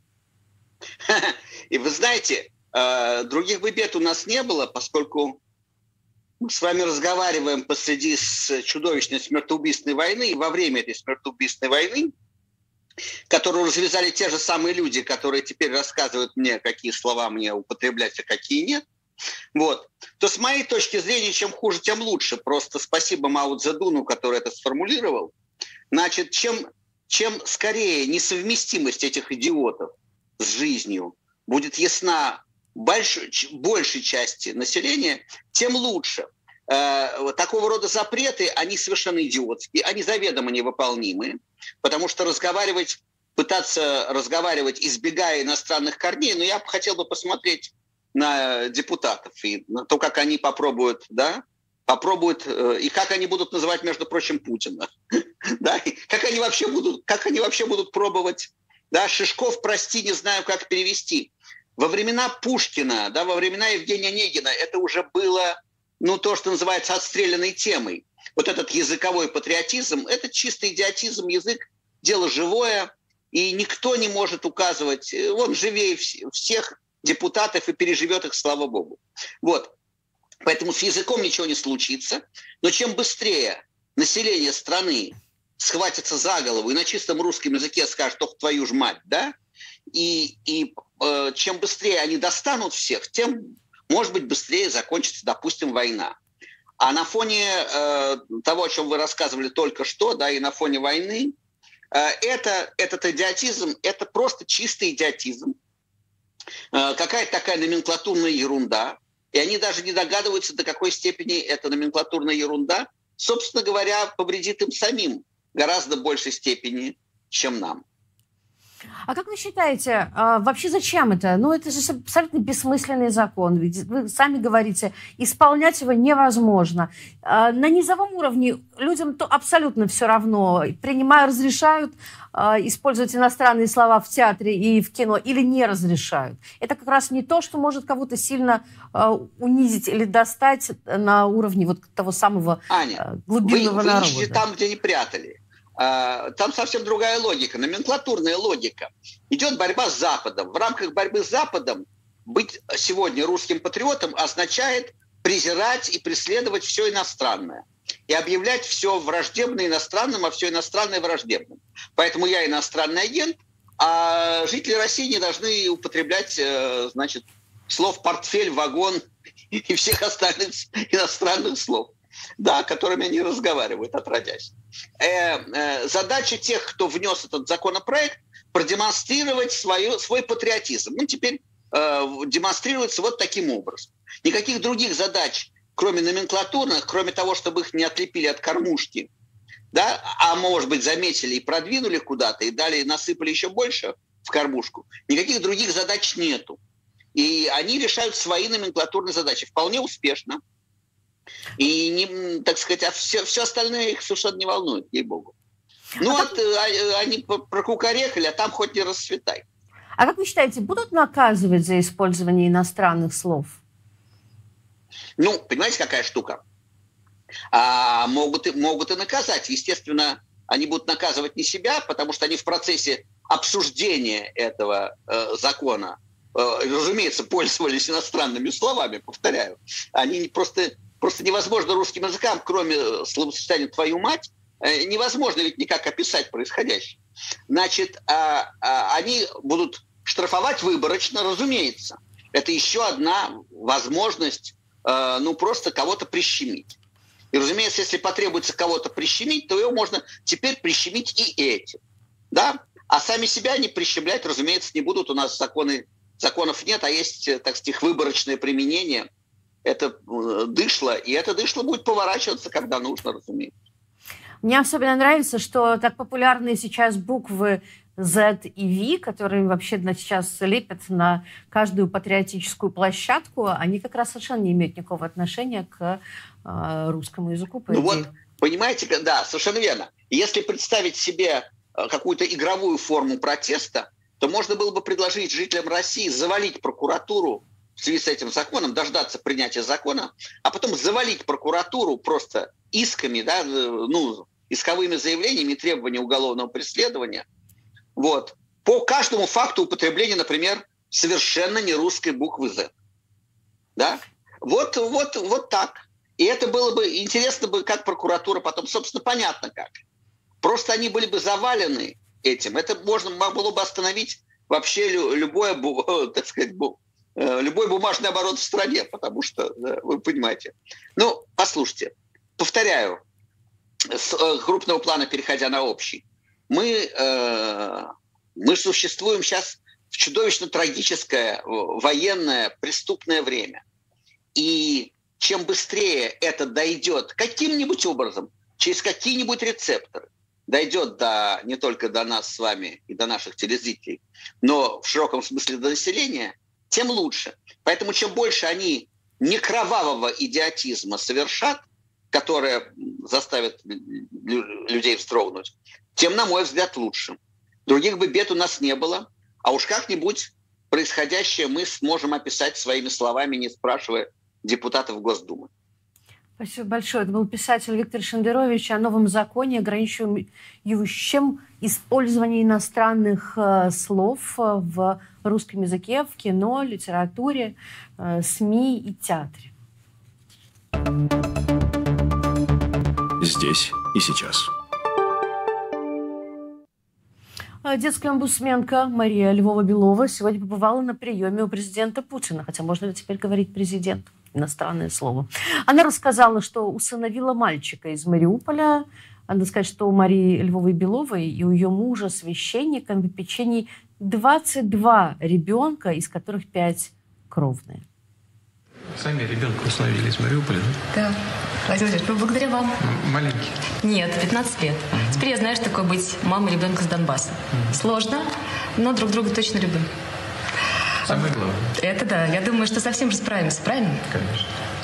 И вы знаете, других бы бед у нас не было, поскольку мы с вами разговариваем посреди чудовищной смертоубийственной войны, и во время этой смертоубийственной войны которую развязали те же самые люди, которые теперь рассказывают мне, какие слова мне употреблять, а какие нет, вот, то с моей точки зрения, чем хуже, тем лучше. Просто спасибо Мао Цзэдуну, который это сформулировал. Значит, чем скорее несовместимость этих идиотов с жизнью будет ясна большей части населения, тем лучше. Такого рода запреты, они совершенно идиотские, они заведомо невыполнимые, потому что пытаться разговаривать, избегая иностранных корней, но я хотел бы посмотреть на депутатов и на то, как они попробуют, и как они будут называть, между прочим, Путина, да, и как они вообще будут пробовать, да, Шишков, прости, не знаю, как перевести. Во времена Пушкина, да, во времена Евгения Онегина это уже было, то, что называется отстрелянной темой. Вот этот языковой патриотизм, это чистый идиотизм, язык – дело живое, и никто не может указывать, он живее всех депутатов и переживет их, слава богу. Вот. Поэтому с языком ничего не случится, но чем быстрее население страны схватится за голову и на чистом русском языке скажет: «Ох, твою ж мать», да, и чем быстрее они достанут всех, тем, может быть, быстрее закончится, допустим, война. А на фоне того, о чем вы рассказывали только что, да, и на фоне войны, этот идиотизм, это просто чистый идиотизм, какая-то такая номенклатурная ерунда, и они даже не догадываются, до какой степени эта номенклатурная ерунда, собственно говоря, повредит им самим в гораздо большей степени, чем нам. А как вы считаете, вообще зачем это? Это же абсолютно бессмысленный закон. Ведь вы сами говорите, исполнять его невозможно. На низовом уровне людям то абсолютно все равно. Разрешают использовать иностранные слова в театре и в кино или не разрешают. Это как раз не то, что может кого-то сильно унизить или достать на уровне вот того самого глубинного народа. Вы ищете там, где не прятали. Там совсем другая логика, номенклатурная логика. Идет борьба с Западом. В рамках борьбы с Западом быть сегодня русским патриотом означает презирать и преследовать все иностранное. И объявлять все враждебное иностранным, а все иностранное враждебным. Поэтому я иностранный агент, а жители России не должны употреблять, слов «портфель», «вагон» и всех остальных иностранных слов, да, которыми они разговаривают, отродясь. Задача тех, кто внес этот законопроект, продемонстрировать свой патриотизм. Теперь демонстрируется вот таким образом. Никаких других задач, кроме номенклатурных, кроме того, чтобы их не отлепили от кормушки, да, а может быть заметили и продвинули куда-то, и дали, насыпали еще больше в кормушку, никаких других задач нету. И они решают свои номенклатурные задачи вполне успешно. И, так сказать, все остальное их совершенно не волнует, ей-богу. Они прокукарекали, а там хоть не расцветай. А как вы считаете, будут наказывать за использование иностранных слов? Понимаете, какая штука? Могут и наказать. Естественно, они будут наказывать не себя, потому что они в процессе обсуждения этого закона, разумеется, пользовались иностранными словами, повторяю. Они просто невозможно русским языком, кроме словосочетания «твою мать», невозможно ведь никак описать происходящее. Значит, они будут штрафовать выборочно, разумеется. Это еще одна возможность, просто кого-то прищемить. И, разумеется, если потребуется кого-то прищемить, то его можно теперь прищемить и этим. Да? А сами себя не прищемлять, разумеется, не будут. У нас законов нет, а есть, так сказать, их выборочное применение. Это дышло, и это дышло будет поворачиваться, когда нужно, разумеется. Мне особенно нравится, что так популярные сейчас буквы Z и V, которые вообще сейчас лепят на каждую патриотическую площадку, они как раз совершенно не имеют никакого отношения к русскому языку. Понимаете, да, совершенно верно. Если представить себе какую-то игровую форму протеста, то можно было бы предложить жителям России завалить прокуратуру в связи с этим законом, дождаться принятия закона, а потом завалить прокуратуру просто исками, да, исковыми заявлениями, требованиями уголовного преследования, по каждому факту употребления, например, совершенно нерусской буквы Z. Да? Вот так. И это было бы интересно, как прокуратура потом, собственно, понятно как. Просто они были бы завалены этим. Это могло бы остановить вообще любой бумажный оборот в стране, потому что, да, вы понимаете. Ну, послушайте, повторяю, с крупного плана переходя на общий. Мы существуем сейчас в чудовищно трагическое военное преступное время. И чем быстрее это дойдет каким-нибудь образом, через какие-нибудь рецепторы, дойдет не только до нас с вами и до наших телезрителей, но в широком смысле до населения, тем лучше. Поэтому чем больше они некровавого идиотизма совершат, которое заставит людей вздрогнуть, тем, на мой взгляд, лучше. Других бы бед у нас не было, а уж как-нибудь происходящее мы сможем описать своими словами, не спрашивая депутатов Госдумы. Спасибо большое. Это был писатель Виктор Шендерович о новом законе, ограничивающем использование иностранных слов в русском языке, в кино, литературе, СМИ и театре. Здесь и сейчас. Детская омбудсменка Мария Львова-Белова сегодня побывала на приеме у президента Путина. Хотя можно ли теперь говорить президент? Иностранное слово. Она рассказала, что усыновила мальчика из Мариуполя. Надо сказать, что у Марии Львовой-Беловой и у ее мужа, священника, в печенье 22 ребенка, из которых 5 кровные. Сами ребенка усыновили из Мариуполя, да? Да. Владимир Владимирович, благодаря вам. Маленький? Нет, 15 лет. Теперь я знаю, что такое быть мамой ребенка с Донбасса. Сложно, но друг друга точно любим. Самое главное. Это да. Я думаю, что совсем же справимся, правильно? Конечно.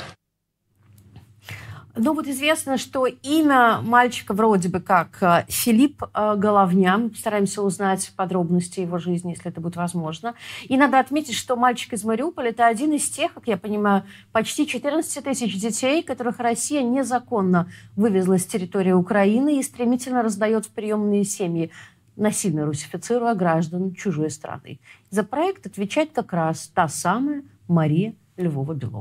Ну вот известно, что имя мальчика вроде бы как Филипп Головня. Мы постараемся узнать подробности его жизни, если это будет возможно. И надо отметить, что мальчик из Мариуполя – это один из тех, как я понимаю, почти 14 тысяч детей, которых Россия незаконно вывезла с территории Украины и стремительно раздает в приемные семьи, насильно русифицируя граждан чужой страны. За проект отвечает как раз та самая Мария Львова-Белова.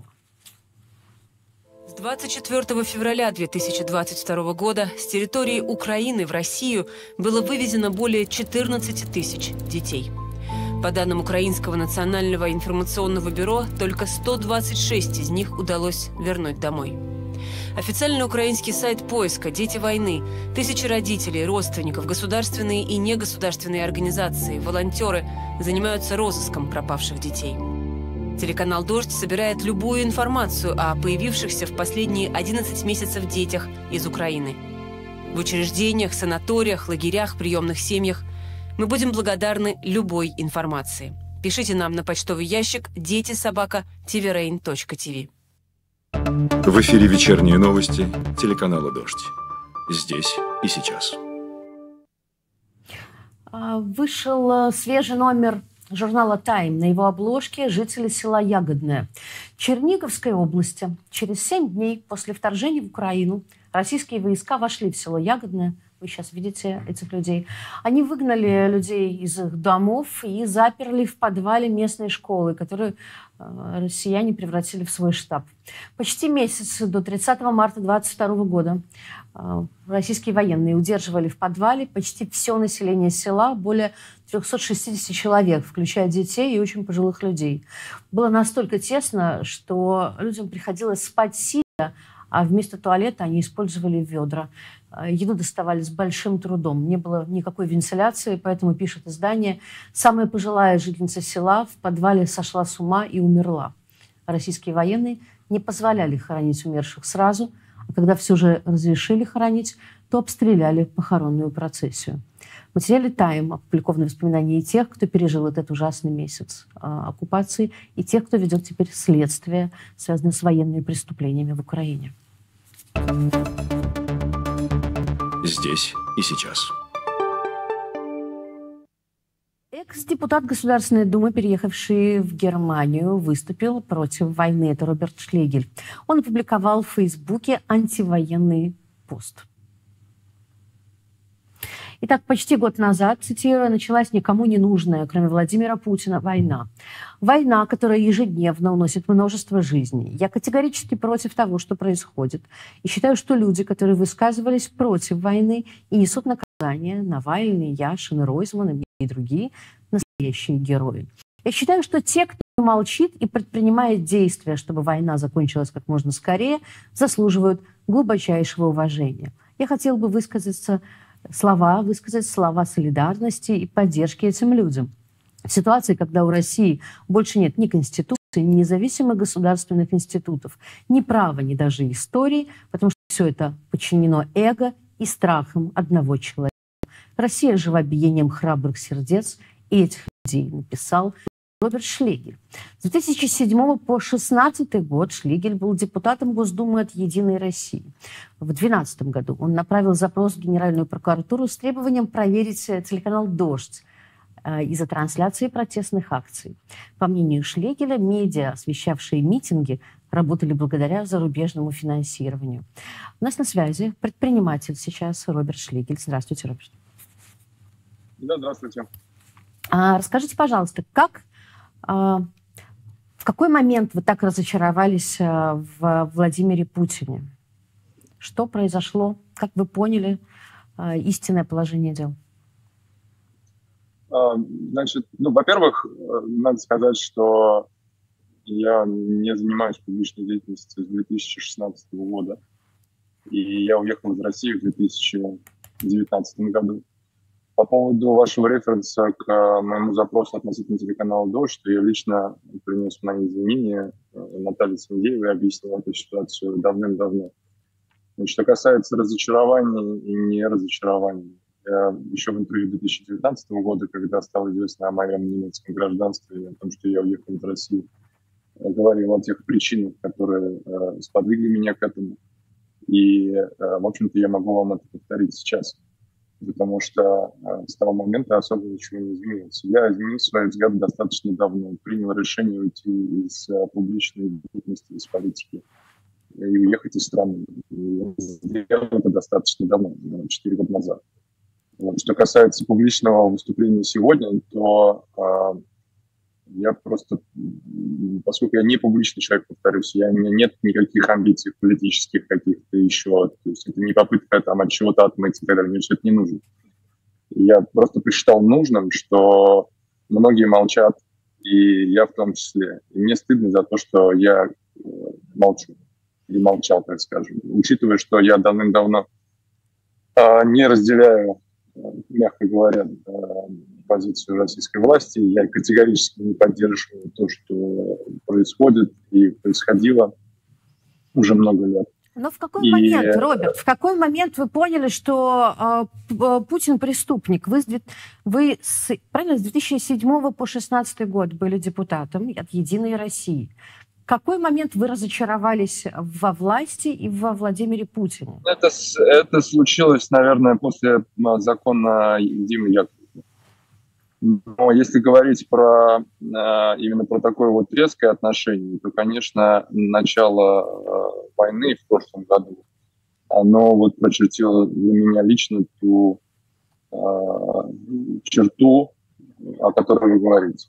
С 24 февраля 2022 года с территории Украины в Россию было вывезено более 14 тысяч детей. По данным Украинского национального информационного бюро, только 126 из них удалось вернуть домой. Официальный украинский сайт поиска «Дети войны», тысячи родителей, родственников, государственные и негосударственные организации, волонтеры занимаются розыском пропавших детей. Телеканал «Дождь» собирает любую информацию о появившихся в последние 11 месяцев детях из Украины. В учреждениях, санаториях, лагерях, приемных семьях мы будем благодарны любой информации. Пишите нам на почтовый ящик дети@tvrain.tv. В эфире вечерние новости телеканала «Дождь». Здесь и сейчас. Вышел свежий номер журнала «Тайм». На его обложке жители села Ягодное Черниговской области. Через 7 дней после вторжения в Украину российские войска вошли в село Ягодное. Вы сейчас видите этих людей. Они выгнали людей из их домов и заперли в подвале местной школы, которую россияне превратили в свой штаб. Почти месяц до 30 марта 2022 года российские военные удерживали в подвале почти все население села, более 360 человек, включая детей и очень пожилых людей. Было настолько тесно, что людям приходилось спать сидя, а вместо туалета они использовали ведра. Еду доставали с большим трудом. Не было никакой вентиляции, поэтому, пишет издание, самая пожилая жительница села в подвале сошла с ума и умерла. Российские военные не позволяли хоронить умерших сразу, а когда все же разрешили хоронить, то обстреляли похоронную процессию. В материале «Тайм» опубликованы воспоминания и тех, кто пережил этот ужасный месяц оккупации, и тех, кто ведет теперь следствие, связанное с военными преступлениями в Украине. Здесь и сейчас. Экс-депутат Государственной Думы, переехавший в Германию, выступил против войны. Это Роберт Шлегель. Он опубликовал в Фейсбуке антивоенный пост. Итак, почти год назад, цитирую, началась никому не нужная, кроме Владимира Путина, война. Война, которая ежедневно уносит множество жизней. Я категорически против того, что происходит. И считаю, что люди, которые высказывались против войны и несут наказание, Навальный, Яшин, Ройзман и другие настоящие герои. Я считаю, что те, кто молчит и предпринимает действия, чтобы война закончилась как можно скорее, заслуживают глубочайшего уважения. Я хотела бы высказать слова солидарности и поддержки этим людям. В ситуации, когда у России больше нет ни Конституции, ни независимых государственных институтов, ни права, ни даже истории, потому что все это подчинено эго и страхом одного человека. Россия жива биением храбрых сердец и этих людей, написал Роберт Шлегель. С 2007 по 2016 год Шлегель был депутатом Госдумы от «Единой России». В 2012 году он направил запрос в Генеральную прокуратуру с требованием проверить телеканал «Дождь» из-за трансляции протестных акций. По мнению Шлегеля, медиа, освещавшие митинги, работали благодаря зарубежному финансированию. У нас на связи предприниматель сейчас Роберт Шлегель. Здравствуйте, Роберт. Да, здравствуйте. Расскажите, пожалуйста, в какой момент вы так разочаровались в Владимире Путине? Что произошло? Как вы поняли истинное положение дел? Значит, во-первых, надо сказать, что я не занимаюсь публичной деятельностью с 2016 года. И я уехал из России в 2019 году. По поводу вашего референса к моему запросу относительно телеканала «Дождь», я лично принес мои извинения Наталье Синдеевой, объяснил эту ситуацию давным-давно. Значит, что касается разочарований и не разочарований, я еще в интервью 2019 года, когда стало известно о моем немецком гражданстве и о том, что я уехал из России, говорил о тех причинах, которые сподвигли меня к этому. И, в общем-то, я могу вам это повторить сейчас, потому что с того момента особо ничего не изменилось. Я изменил свои взгляды достаточно давно, принял решение уйти из публичной деятельности, из политики и уехать из страны. И сделал это достаточно давно, 4 года назад. Вот. Что касается публичного выступления сегодня, то я просто, поскольку я не публичный человек, повторюсь, у меня нет никаких амбиций политических каких-то еще, то есть это не попытка там от чего-то отмыться и так далее, мне все это не нужно. Я просто посчитал нужным, что многие молчат, и я в том числе. И мне стыдно за то, что я молчу, или молчал, так скажем. Учитывая, что я давным-давно не разделяю, мягко говоря, позицию российской власти. Я категорически не поддерживаю то, что происходит и происходило уже много лет. Но в какой момент, Роберт, в какой момент вы поняли, что Путин преступник? Вы правильно, с 2007 по 2016 год были депутатом от «Единой России». В какой момент вы разочаровались во власти и во Владимире Путине? Это случилось, наверное, после закона Димы Яковлева. Но если говорить именно про такое вот резкое отношение, то, конечно, начало войны в прошлом году, оно вот прочертило для меня лично ту черту, о которой вы говорите.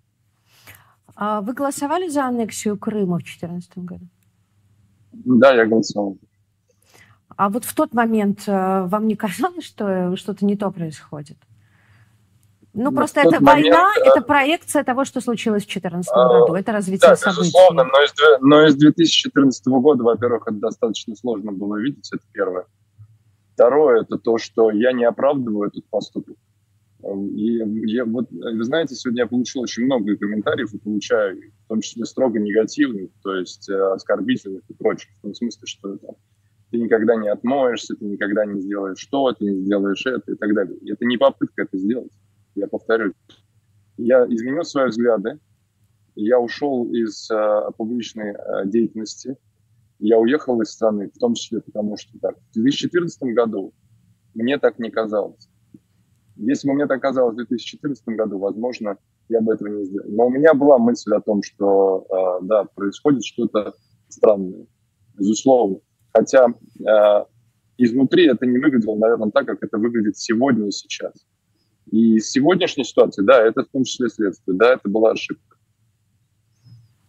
Вы голосовали за аннексию Крыма в 2014 году? Да, я голосовал. А вот в тот момент вам не казалось, что что-то не то происходит? Ну, просто эта война, это проекция того, что случилось в 2014 году. Это развитие событий. Безусловно, но из 2014 года, во-первых, это достаточно сложно было видеть, это первое. Второе, это то, что я не оправдываю этот поступок. И вы знаете, сегодня я получил очень много комментариев и получаю, в том числе строго негативных, то есть оскорбительных и прочих, в том смысле, что ты никогда не отмоешься, ты никогда не сделаешь что, ты не сделаешь это и так далее. И это не попытка это сделать, я повторю. Я изменил свои взгляды, я ушел из публичной деятельности, я уехал из страны, в том числе потому, что в 2014 году мне так не казалось. Если бы мне так казалось в 2014 году, возможно, я бы этого не сделал. Но у меня была мысль о том, что, да, происходит что-то странное, безусловно. Хотя изнутри это не выглядело, наверное, так, как это выглядит сегодня и сейчас. И с сегодняшней ситуации, да, это в том числе следствие, да, это была ошибка.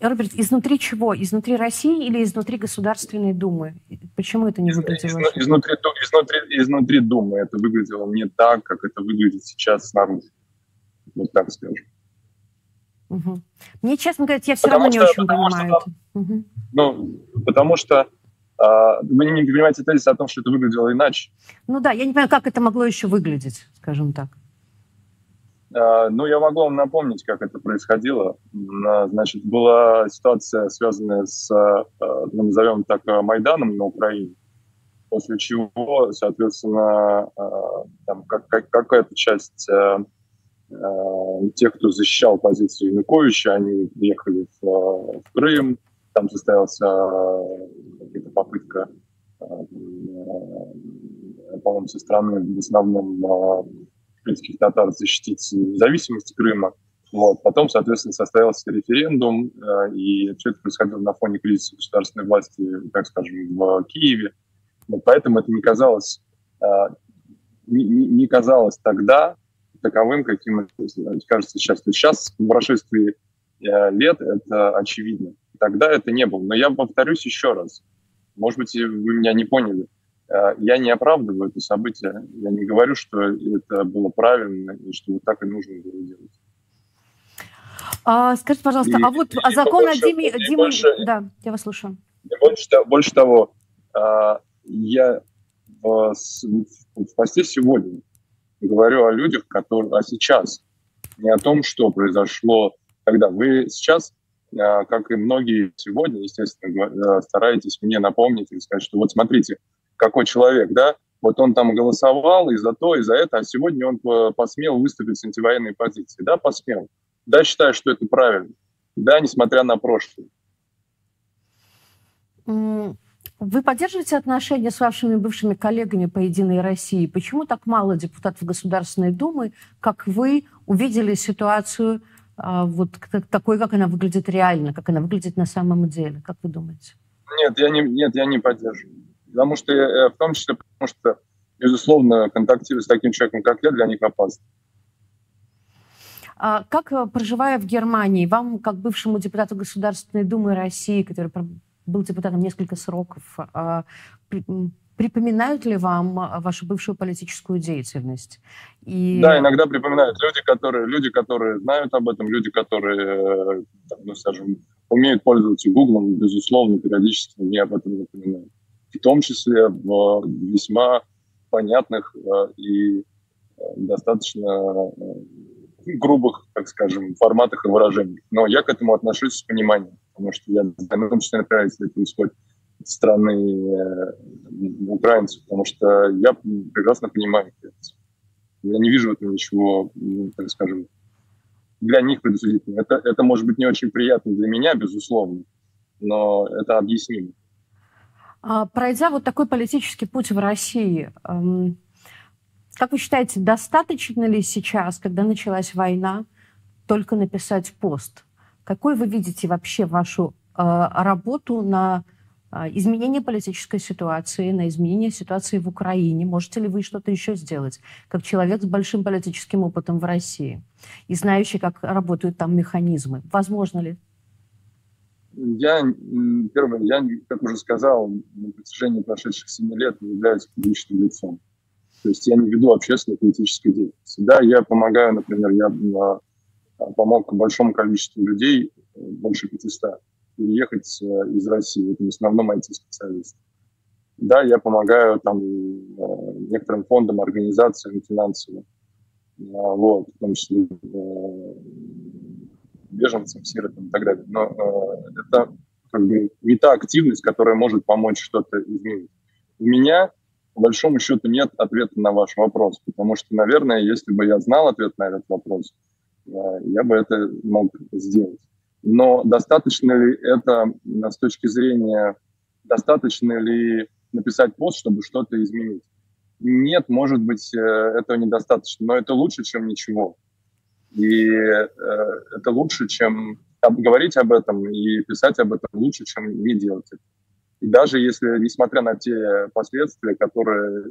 Роберт, изнутри чего? Изнутри России или изнутри Государственной Думы? Почему это не выглядело? Изнутри Думы это выглядело не так, как это выглядит сейчас снаружи. Вот так скажем. Угу. Мне, честно говоря, я все равно не очень понимаю это. Угу. Ну, потому что вы не понимаете тезис о том, что это выглядело иначе. Ну да, я не понимаю, как это могло еще выглядеть, скажем так. Ну, я могу вам напомнить, как это происходило. Значит, была ситуация, связанная с, назовем так, Майданом на Украине, после чего, соответственно, там какая-то часть тех, кто защищал позицию Януковича, они ехали в Крым, там состоялась какая-то попытка, по-моему, со стороны в основном крымских татар защитить независимость Крыма. Вот. Потом, соответственно, состоялся референдум, и все это происходило на фоне кризиса государственной власти, так скажем, в Киеве. Вот поэтому это не казалось тогда таковым, каким это кажется сейчас. То есть сейчас, в прошествии лет, это очевидно. Тогда это не было. Но я повторюсь еще раз. Может быть, вы меня не поняли. Я не оправдываю это событие. Я не говорю, что это было правильно и что вот так и нужно было делать. Скажите, пожалуйста, закон о Диме... Да, я вас слушаю. Больше того, я в посте сегодня говорю о людях, которые сейчас, не о том, что произошло тогда. Вы сейчас, как и многие сегодня, естественно, стараетесь мне напомнить и сказать, что вот смотрите, какой человек, да, вот он там голосовал и за то, и за это, а сегодня он посмел выступить с антивоенной позиции. Да, посмел. Да, считаю, что это правильно. Да, несмотря на прошлое. Вы поддерживаете отношения с вашими бывшими коллегами по «Единой России»? Почему так мало депутатов Государственной Думы, как вы, увидели ситуацию вот такой, как она выглядит реально, как она выглядит на самом деле? Как вы думаете? Нет, я не поддерживаю. Потому что, в том числе, потому что, безусловно, контактировать с таким человеком, как я, для них опасно. Как, проживая в Германии, вам, как бывшему депутату Государственной Думы России, который был депутатом несколько сроков, припоминают ли вам вашу бывшую политическую деятельность? Да, иногда припоминают. Люди, которые знают об этом, люди, которые, ну, скажем, умеют пользоваться Гуглом, безусловно, периодически мне об этом напоминают. В том числе в весьма понятных и достаточно грубых, так скажем, форматах и выражениях. Но я к этому отношусь с пониманием, потому что я, в том числе, например, если это происходит со стороны украинцев, потому что я прекрасно понимаю это. Я не вижу в этом ничего, так скажем, для них предусудительного. Это может быть не очень приятно для меня, безусловно, но это объяснимо. Пройдя вот такой политический путь в России, как вы считаете, достаточно ли сейчас, когда началась война, только написать пост? Какой вы видите вообще вашу работу на изменение политической ситуации, на изменение ситуации в Украине? Можете ли вы что-то еще сделать, как человек с большим политическим опытом в России и знающий, как работают там механизмы? Возможно ли? Я, как уже сказал, на протяжении прошедших 7 лет не являюсь публичным лицом. То есть я не веду общественной политической деятельности. Да, я помогаю, например, я помог большому количеству людей, больше 500, переехать из России. Это в основном IT-специалисты. Да, я помогаю там некоторым фондам, организациям финансово. Вот, в том числе беженцам, сиротам и так далее. Но это как бы не та активность, которая может помочь что-то изменить. У меня, по большому счету, нет ответа на ваш вопрос, потому что, наверное, если бы я знал ответ на этот вопрос, я бы это мог сделать. Но достаточно ли это с точки зрения, достаточно ли написать пост, чтобы что-то изменить? Нет, может быть, этого недостаточно, но это лучше, чем ничего. И это лучше, чем говорить об этом и писать об этом, лучше, чем не делать это. И даже если, несмотря на те последствия, которые,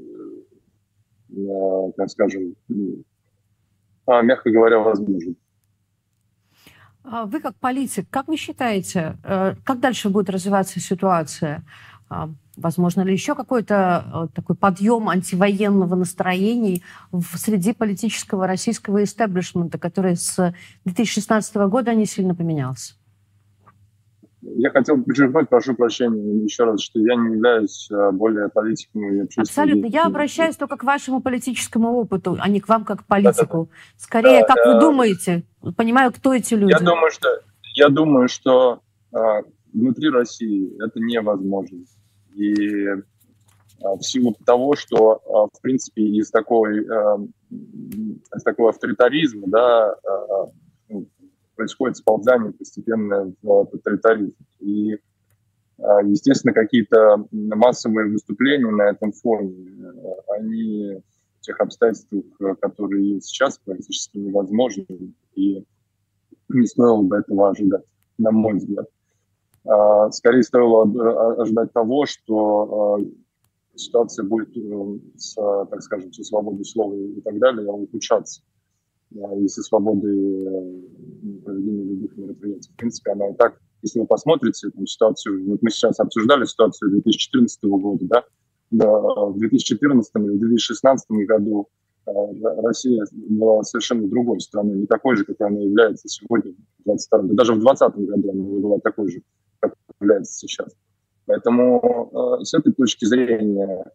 так скажем, мягко говоря, возможны. Вы как политик, как вы считаете, как дальше будет развиваться ситуация? Возможно ли еще какой-то такой подъем антивоенного настроения среди политического российского истеблишмента, который с 2016 года не сильно поменялся? Я хотел подчеркнуть, прошу прощения еще раз, что я не являюсь более политиком и общественным. Абсолютно. Я обращаюсь только к вашему политическому опыту, а не к вам как к политику. Скорее, как вы думаете? Понимаю, кто эти люди? Я думаю, что внутри России это невозможно. И в силу того, что, в принципе, из такого авторитаризма, да, происходит сползание постепенно в тоталитаризм. И, естественно, какие-то массовые выступления на этом фоне, они в тех обстоятельствах, которые есть сейчас, практически невозможны. И не стоило бы этого ожидать, на мой взгляд. Скорее стоило ожидать того, что ситуация будет, так скажем, со свободой слова и так далее ухудшаться. И со свободой проведения любых мероприятий. В принципе, она и так, если вы посмотрите эту ситуацию, вот мы сейчас обсуждали ситуацию 2014 года, да, в 2014 или 2016 году Россия была совершенно другой страной, не такой же, какой она является сегодня, в 2022, даже в 2020 году она не была такой же, как является сейчас. Поэтому с этой точки зрения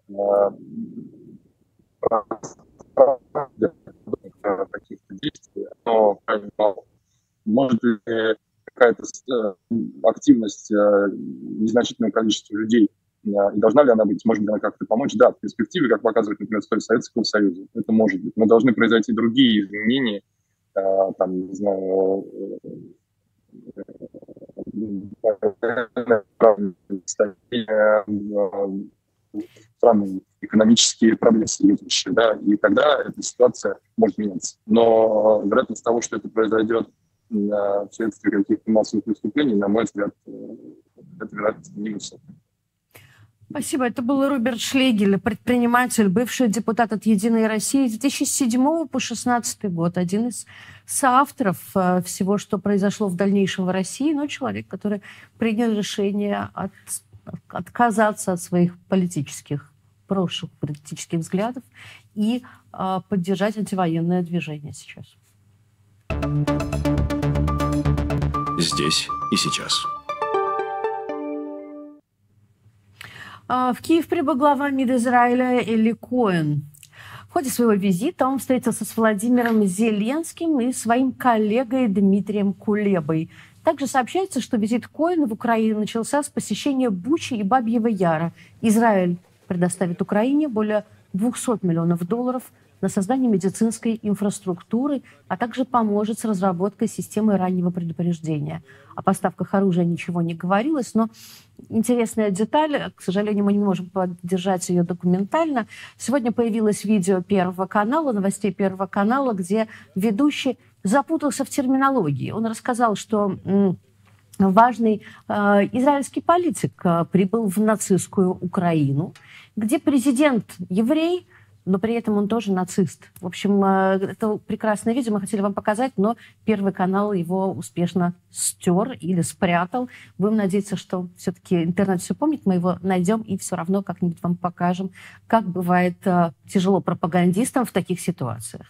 каких-то действий, но крайне мало. Может ли какая-то активность незначительного количества людей, и должна ли она быть, может быть, она как-то помочь? Да, в перспективе, как показывает, например, история Советского Союза, это может быть. Но должны произойти другие изменения, там, не знаю, странные экономические проблемы следующие, да, и тогда эта ситуация может меняться. Но вероятность того, что это произойдет вследствие каких-то массовых выступлений, на мой взгляд, это вероятность невысокая. Спасибо. Это был Роберт Шлегель, предприниматель, бывший депутат от «Единой России» с 2007 по 2016 год. Один из соавторов всего, что произошло в дальнейшем в России, но человек, который принял решение отказаться от своих прошлых политических взглядов и поддержать антивоенное движение сейчас. Здесь и сейчас. В Киев прибыл глава МИД Израиля Эли Коэн. В ходе своего визита он встретился с Владимиром Зеленским и своим коллегой Дмитрием Кулебой. Также сообщается, что визит Коэна в Украину начался с посещения Бучи и Бабьего Яра. Израиль предоставит Украине более $200 миллионов на создание медицинской инфраструктуры, а также поможет с разработкой системы раннего предупреждения. О поставках оружия ничего не говорилось, но интересная деталь, к сожалению, мы не можем поддержать ее документально. Сегодня появилось видео Первого канала, новостей Первого канала, где ведущий запутался в терминологии. Он рассказал, что важный израильский политик прибыл в нацистскую Украину, где президент еврей, но при этом он тоже нацист. В общем, это прекрасное видео мы хотели вам показать, но Первый канал его успешно стер или спрятал. Будем надеяться, что все-таки интернет все помнит, мы его найдем и все равно как-нибудь вам покажем, как бывает тяжело пропагандистам в таких ситуациях.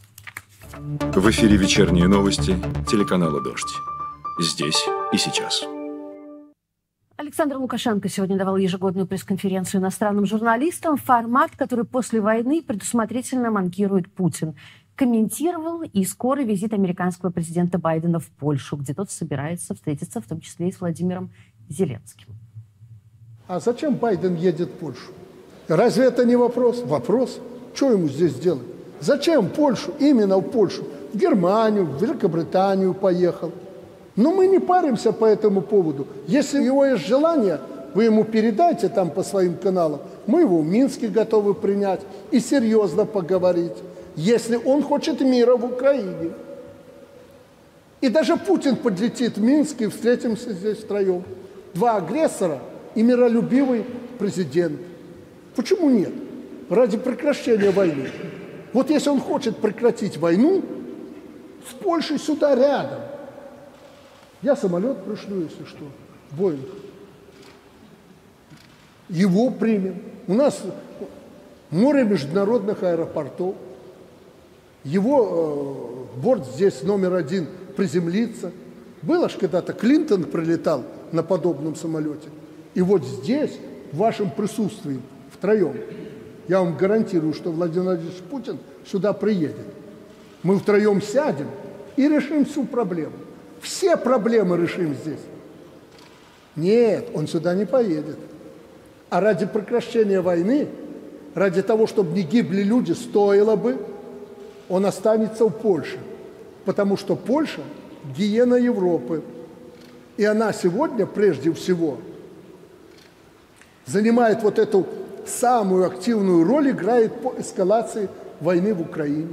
В эфире вечерние новости телеканала «Дождь». Здесь и сейчас. Александр Лукашенко сегодня давал ежегодную пресс-конференцию иностранным журналистам, формат, который после войны предусмотрительно манкирует Путин. Комментировал и скорый визит американского президента Байдена в Польшу, где тот собирается встретиться, в том числе и с Владимиром Зеленским. А зачем Байден едет в Польшу? Разве это не вопрос? Вопрос. Что ему здесь делать? Зачем в Польшу? Именно в Польшу. В Германию, в Великобританию поехал. Но мы не паримся по этому поводу. Если у него есть желание, вы ему передайте там по своим каналам. Мы его в Минске готовы принять и серьезно поговорить, если он хочет мира в Украине. И даже Путин подлетит в Минск и встретимся здесь втроем. Два агрессора и миролюбивый президент. Почему нет? Ради прекращения войны. Вот если он хочет прекратить войну, с Польшей сюда рядом. Я самолет пришлю, если что, Боинг. Его примем. У нас море международных аэропортов. Его борт здесь номер 1 приземлится. Было ж когда-то, Клинтон прилетал на подобном самолете. И вот здесь, в вашем присутствии, втроем, я вам гарантирую, что Владимир Владимирович Путин сюда приедет. Мы втроем сядем и решим всю проблему. Все проблемы решим здесь. Нет, он сюда не поедет. А ради прекращения войны, ради того, чтобы не гибли люди, стоило бы, он останется в Польше. Потому что Польша – гиена Европы. И она сегодня, прежде всего, занимает вот эту самую активную роль, играет по эскалации войны в Украине.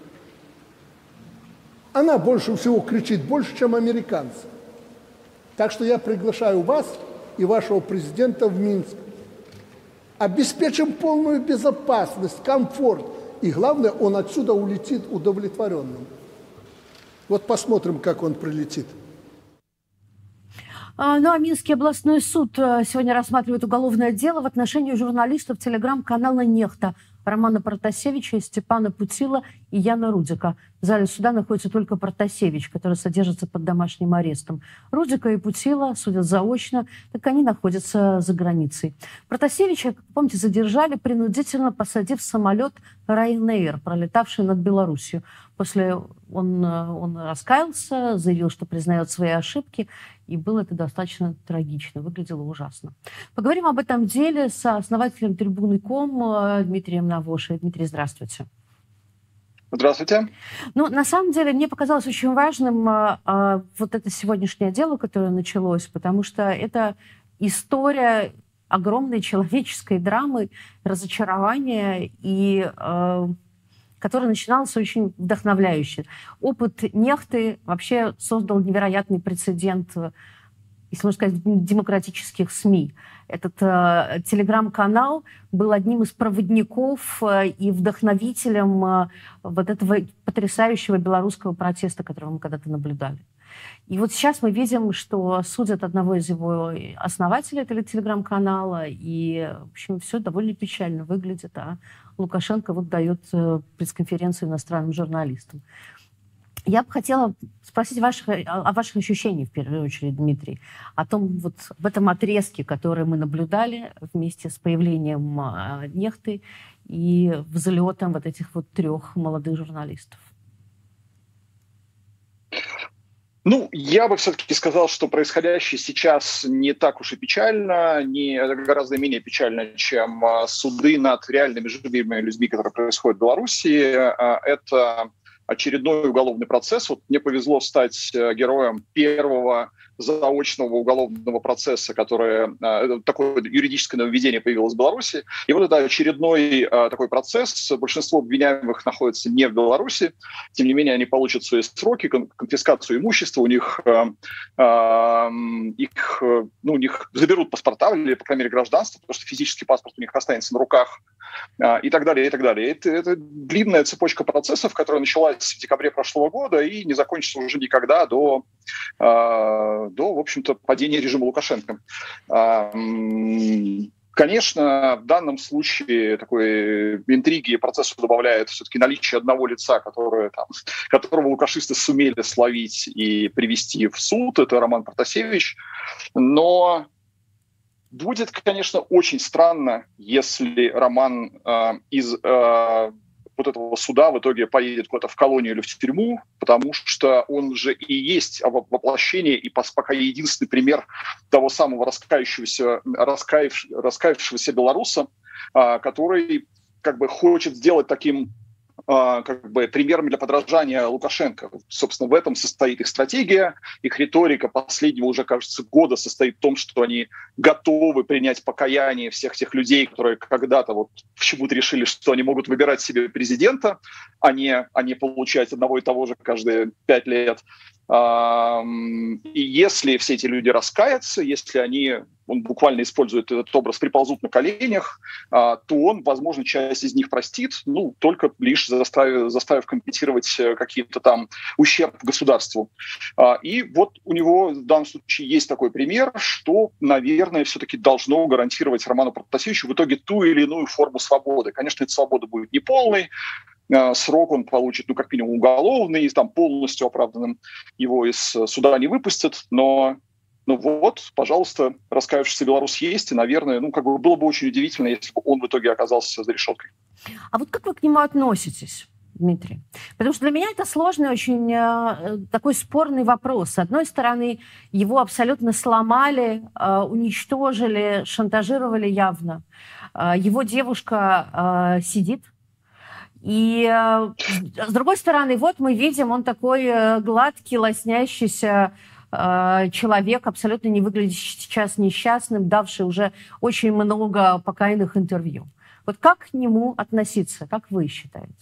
Она больше всего кричит, больше, чем американцы. Так что я приглашаю вас и вашего президента в Минск. Обеспечим полную безопасность, комфорт. И главное, он отсюда улетит удовлетворенным. Вот посмотрим, как он прилетит. Ну а Минский областной суд сегодня рассматривает уголовное дело в отношении журналистов телеграм-канала «Нехта» Романа Протасевича, Степана Путила и Яна Рудика. В зале суда находится только Протасевич, который содержится под домашним арестом. Рудика и Путила судят заочно, так они находятся за границей. Протасевича, как помните, задержали, принудительно посадив в самолет Ryanair, пролетавший над Белоруссией. После он раскаялся, заявил, что признает свои ошибки, и было это достаточно трагично, выглядело ужасно. Поговорим об этом деле с основателем Трибуны.ком Дмитрием Навошей. Дмитрий, здравствуйте. Здравствуйте. Ну, на самом деле, мне показалось очень важным вот это сегодняшнее дело, которое началось, потому что это история огромной человеческой драмы, разочарования, и которая начиналась очень вдохновляюще. Опыт «Нехты» вообще создал невероятный прецедент, если можно сказать, демократических СМИ. Этот телеграм-канал был одним из проводников и вдохновителем вот этого потрясающего белорусского протеста, которого мы когда-то наблюдали. И вот сейчас мы видим, что судят одного из его основателей этого телеграм-канала, и, в общем, все довольно печально выглядит, а Лукашенко вот дает пресс-конференцию иностранным журналистам. Я бы хотела спросить о ваших ощущениях, в первую очередь, Дмитрий, о том, вот в этом отрезке, который мы наблюдали вместе с появлением «Нехты» и взлетом вот этих вот 3 молодых журналистов. Ну, я бы все-таки сказал, что происходящее сейчас не так уж и печально, гораздо менее печально, чем суды над реальными живыми людьми, которые происходят в Беларуси. Это очередной уголовный процесс. Вот мне повезло стать героем первого заочного уголовного процесса, такое юридическое нововведение появилось в Беларуси. И вот это очередной такой процесс. Большинство обвиняемых находится не в Беларуси. Тем не менее, они получат свои сроки, конфискацию имущества, у них заберут паспорта или, по крайней мере, гражданство, потому что физический паспорт у них останется на руках, и так далее, и так далее. Это длинная цепочка процессов, которая началась в декабре прошлого года и не закончится уже никогда до в общем-то, падения режима Лукашенко. Конечно, в данном случае такой интриги процессу добавляет все-таки наличие одного лица, которого лукашисты сумели словить и привести в суд. Это Роман Протасевич. Но будет, конечно, очень странно, если Роман из вот этого суда в итоге поедет куда-то в колонию или в тюрьму, потому что он же и есть воплощение и пока единственный пример того самого раскаявшегося белоруса, который как бы хочет сделать таким примером для подражания Лукашенко. Собственно, в этом состоит их стратегия, их риторика последнего уже, кажется, года состоит в том, что они готовы принять покаяние всех тех людей, которые когда-то вот почему-то решили, что они могут выбирать себе президента, а не получать одного и того же каждые 5 лет. И если все эти люди раскаятся, если он буквально использует этот образ, приползут на коленях, то он, возможно, часть из них простит, только лишь заставив компенсировать какие-то там ущерб государству. И вот у него в данном случае есть такой пример, что, наверное, все-таки должно гарантировать Роману Протасевичу в итоге ту или иную форму свободы. Конечно, эта свобода будет неполной, срок он получит, как минимум, уголовный, там полностью оправданным его из суда не выпустят, но вот, пожалуйста, раскаявшийся белорус есть, и, наверное, было бы очень удивительно, если бы он в итоге оказался за решеткой. А вот как вы к нему относитесь, Дмитрий? Потому что для меня это сложный, очень такой спорный вопрос. С одной стороны, его абсолютно сломали, уничтожили, шантажировали явно. Его девушка сидит. И с другой стороны, вот мы видим, он такой гладкий, лоснящийся человек, абсолютно не выглядящий сейчас несчастным, давший уже очень много покаянных интервью. Вот как к нему относиться, как вы считаете?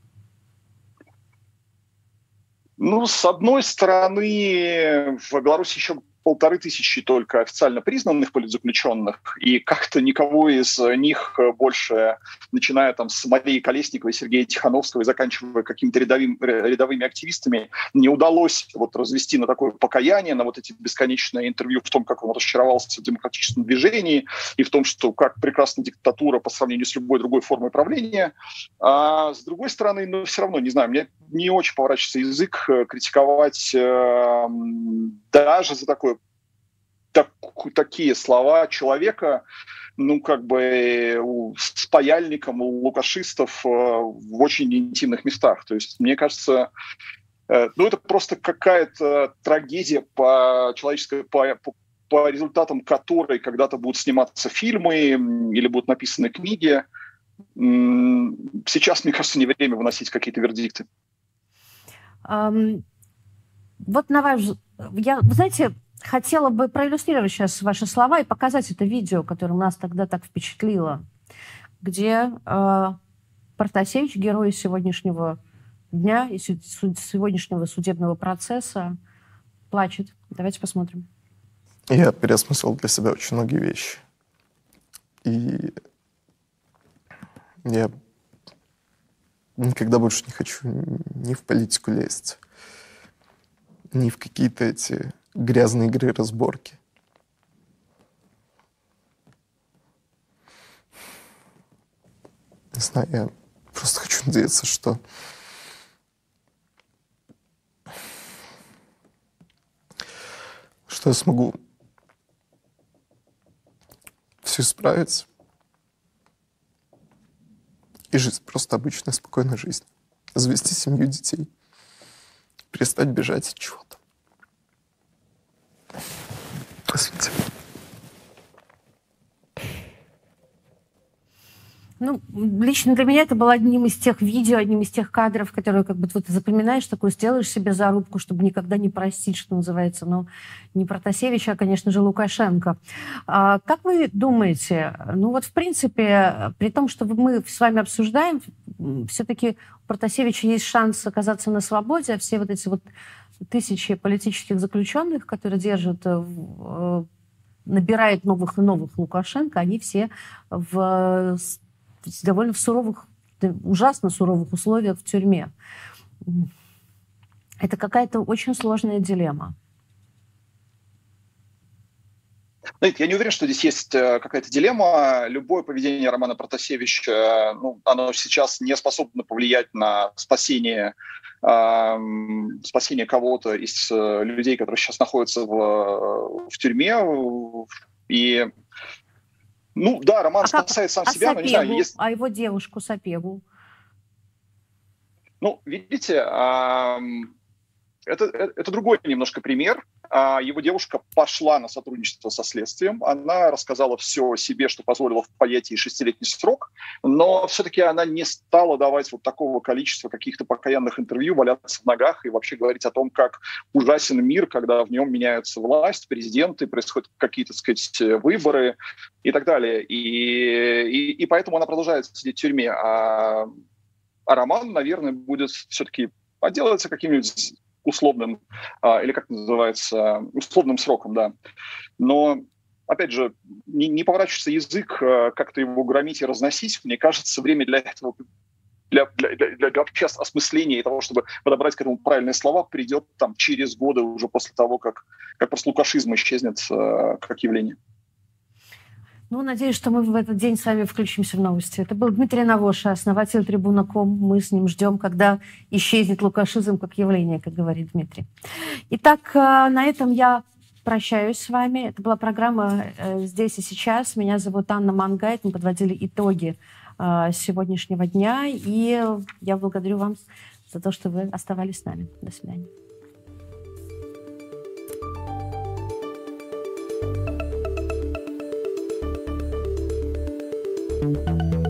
С одной стороны, в Беларуси еще 1500 только официально признанных политзаключенных, и как-то никого из них больше, начиная там с Марии Колесниковой, Сергея Тихановского и заканчивая какими-то рядовыми активистами, не удалось развести на такое покаяние, на вот эти бесконечные интервью в том, как он разочаровался в демократическом движении и в том, что как прекрасна диктатура по сравнению с любой другой формой правления. А с другой стороны, все равно, не знаю, мне не очень поворачивается язык критиковать даже за такие слова человека, с паяльником у лукашистов в очень интимных местах. То есть, мне кажется, это просто какая-то трагедия человеческая, по результатам которой когда-то будут сниматься фильмы или будут написаны книги. Сейчас, мне кажется, не время выносить какие-то вердикты. Вот на ваш... Вы знаете, хотела бы проиллюстрировать сейчас ваши слова и показать это видео, которое нас тогда так впечатлило, где Протасевич, герой сегодняшнего дня и сегодняшнего судебного процесса, плачет. Давайте посмотрим. Я переосмыслил для себя очень многие вещи. И я никогда больше не хочу ни в политику лезть, ни в какие-то эти грязные игры, разборки. Не знаю, я просто хочу надеяться, что я смогу все исправить и жить просто обычной, спокойной жизнью. Завести семью, детей. Перестать бежать от чего-то. Простите. Лично для меня это было одним из тех видео, одним из тех кадров, которые ты запоминаешь, такую сделаешь себе зарубку, чтобы никогда не простить, что называется. Но не Протасевича, а, конечно же, Лукашенко. Как вы думаете, в принципе, при том, что мы с вами обсуждаем, все-таки у Протасевича есть шанс оказаться на свободе, а все эти тысячи политических заключенных, которые набирают новых и новых Лукашенко, они все довольно в суровых, ужасно суровых условиях в тюрьме. Это какая-то очень сложная дилемма. Знаете, я не уверен, что здесь есть какая-то дилемма. Любое поведение Романа Протасевича, оно сейчас не способно повлиять на спасение кого-то из людей, которые сейчас находятся в тюрьме. И Роман спасает сам себя, но не знаю, есть... А его девушку Сапегу? Видите, это другой немножко пример. Его девушка пошла на сотрудничество со следствием. Она рассказала все о себе, что позволило впаять ей 6-летний срок, но все-таки она не стала давать такого количества каких-то покаянных интервью, валяться в ногах и вообще говорить о том, как ужасен мир, когда в нем меняется власть, президенты, происходят какие-то, так сказать, выборы и так далее. И поэтому она продолжает сидеть в тюрьме. А Роман, наверное, будет все-таки отделываться каким-нибудь условным, или как называется, условным сроком, да. Но, опять же, не поворачивается язык как-то его громить и разносить. Мне кажется, время для этого, для вообще осмысления и того, чтобы подобрать к этому правильные слова, придет там через годы уже после того, как просто лукашизм исчезнет как явление. Ну, надеюсь, что мы в этот день с вами включимся в новости. Это был Дмитрий Навоша, основатель Трибуна.ком. Мы с ним ждем, когда исчезнет лукашизм как явление, как говорит Дмитрий. Итак, на этом я прощаюсь с вами. Это была программа «Здесь и сейчас». Меня зовут Анна Мангайт. Мы подводили итоги сегодняшнего дня. И я благодарю вас за то, что вы оставались с нами. До свидания. Thank you.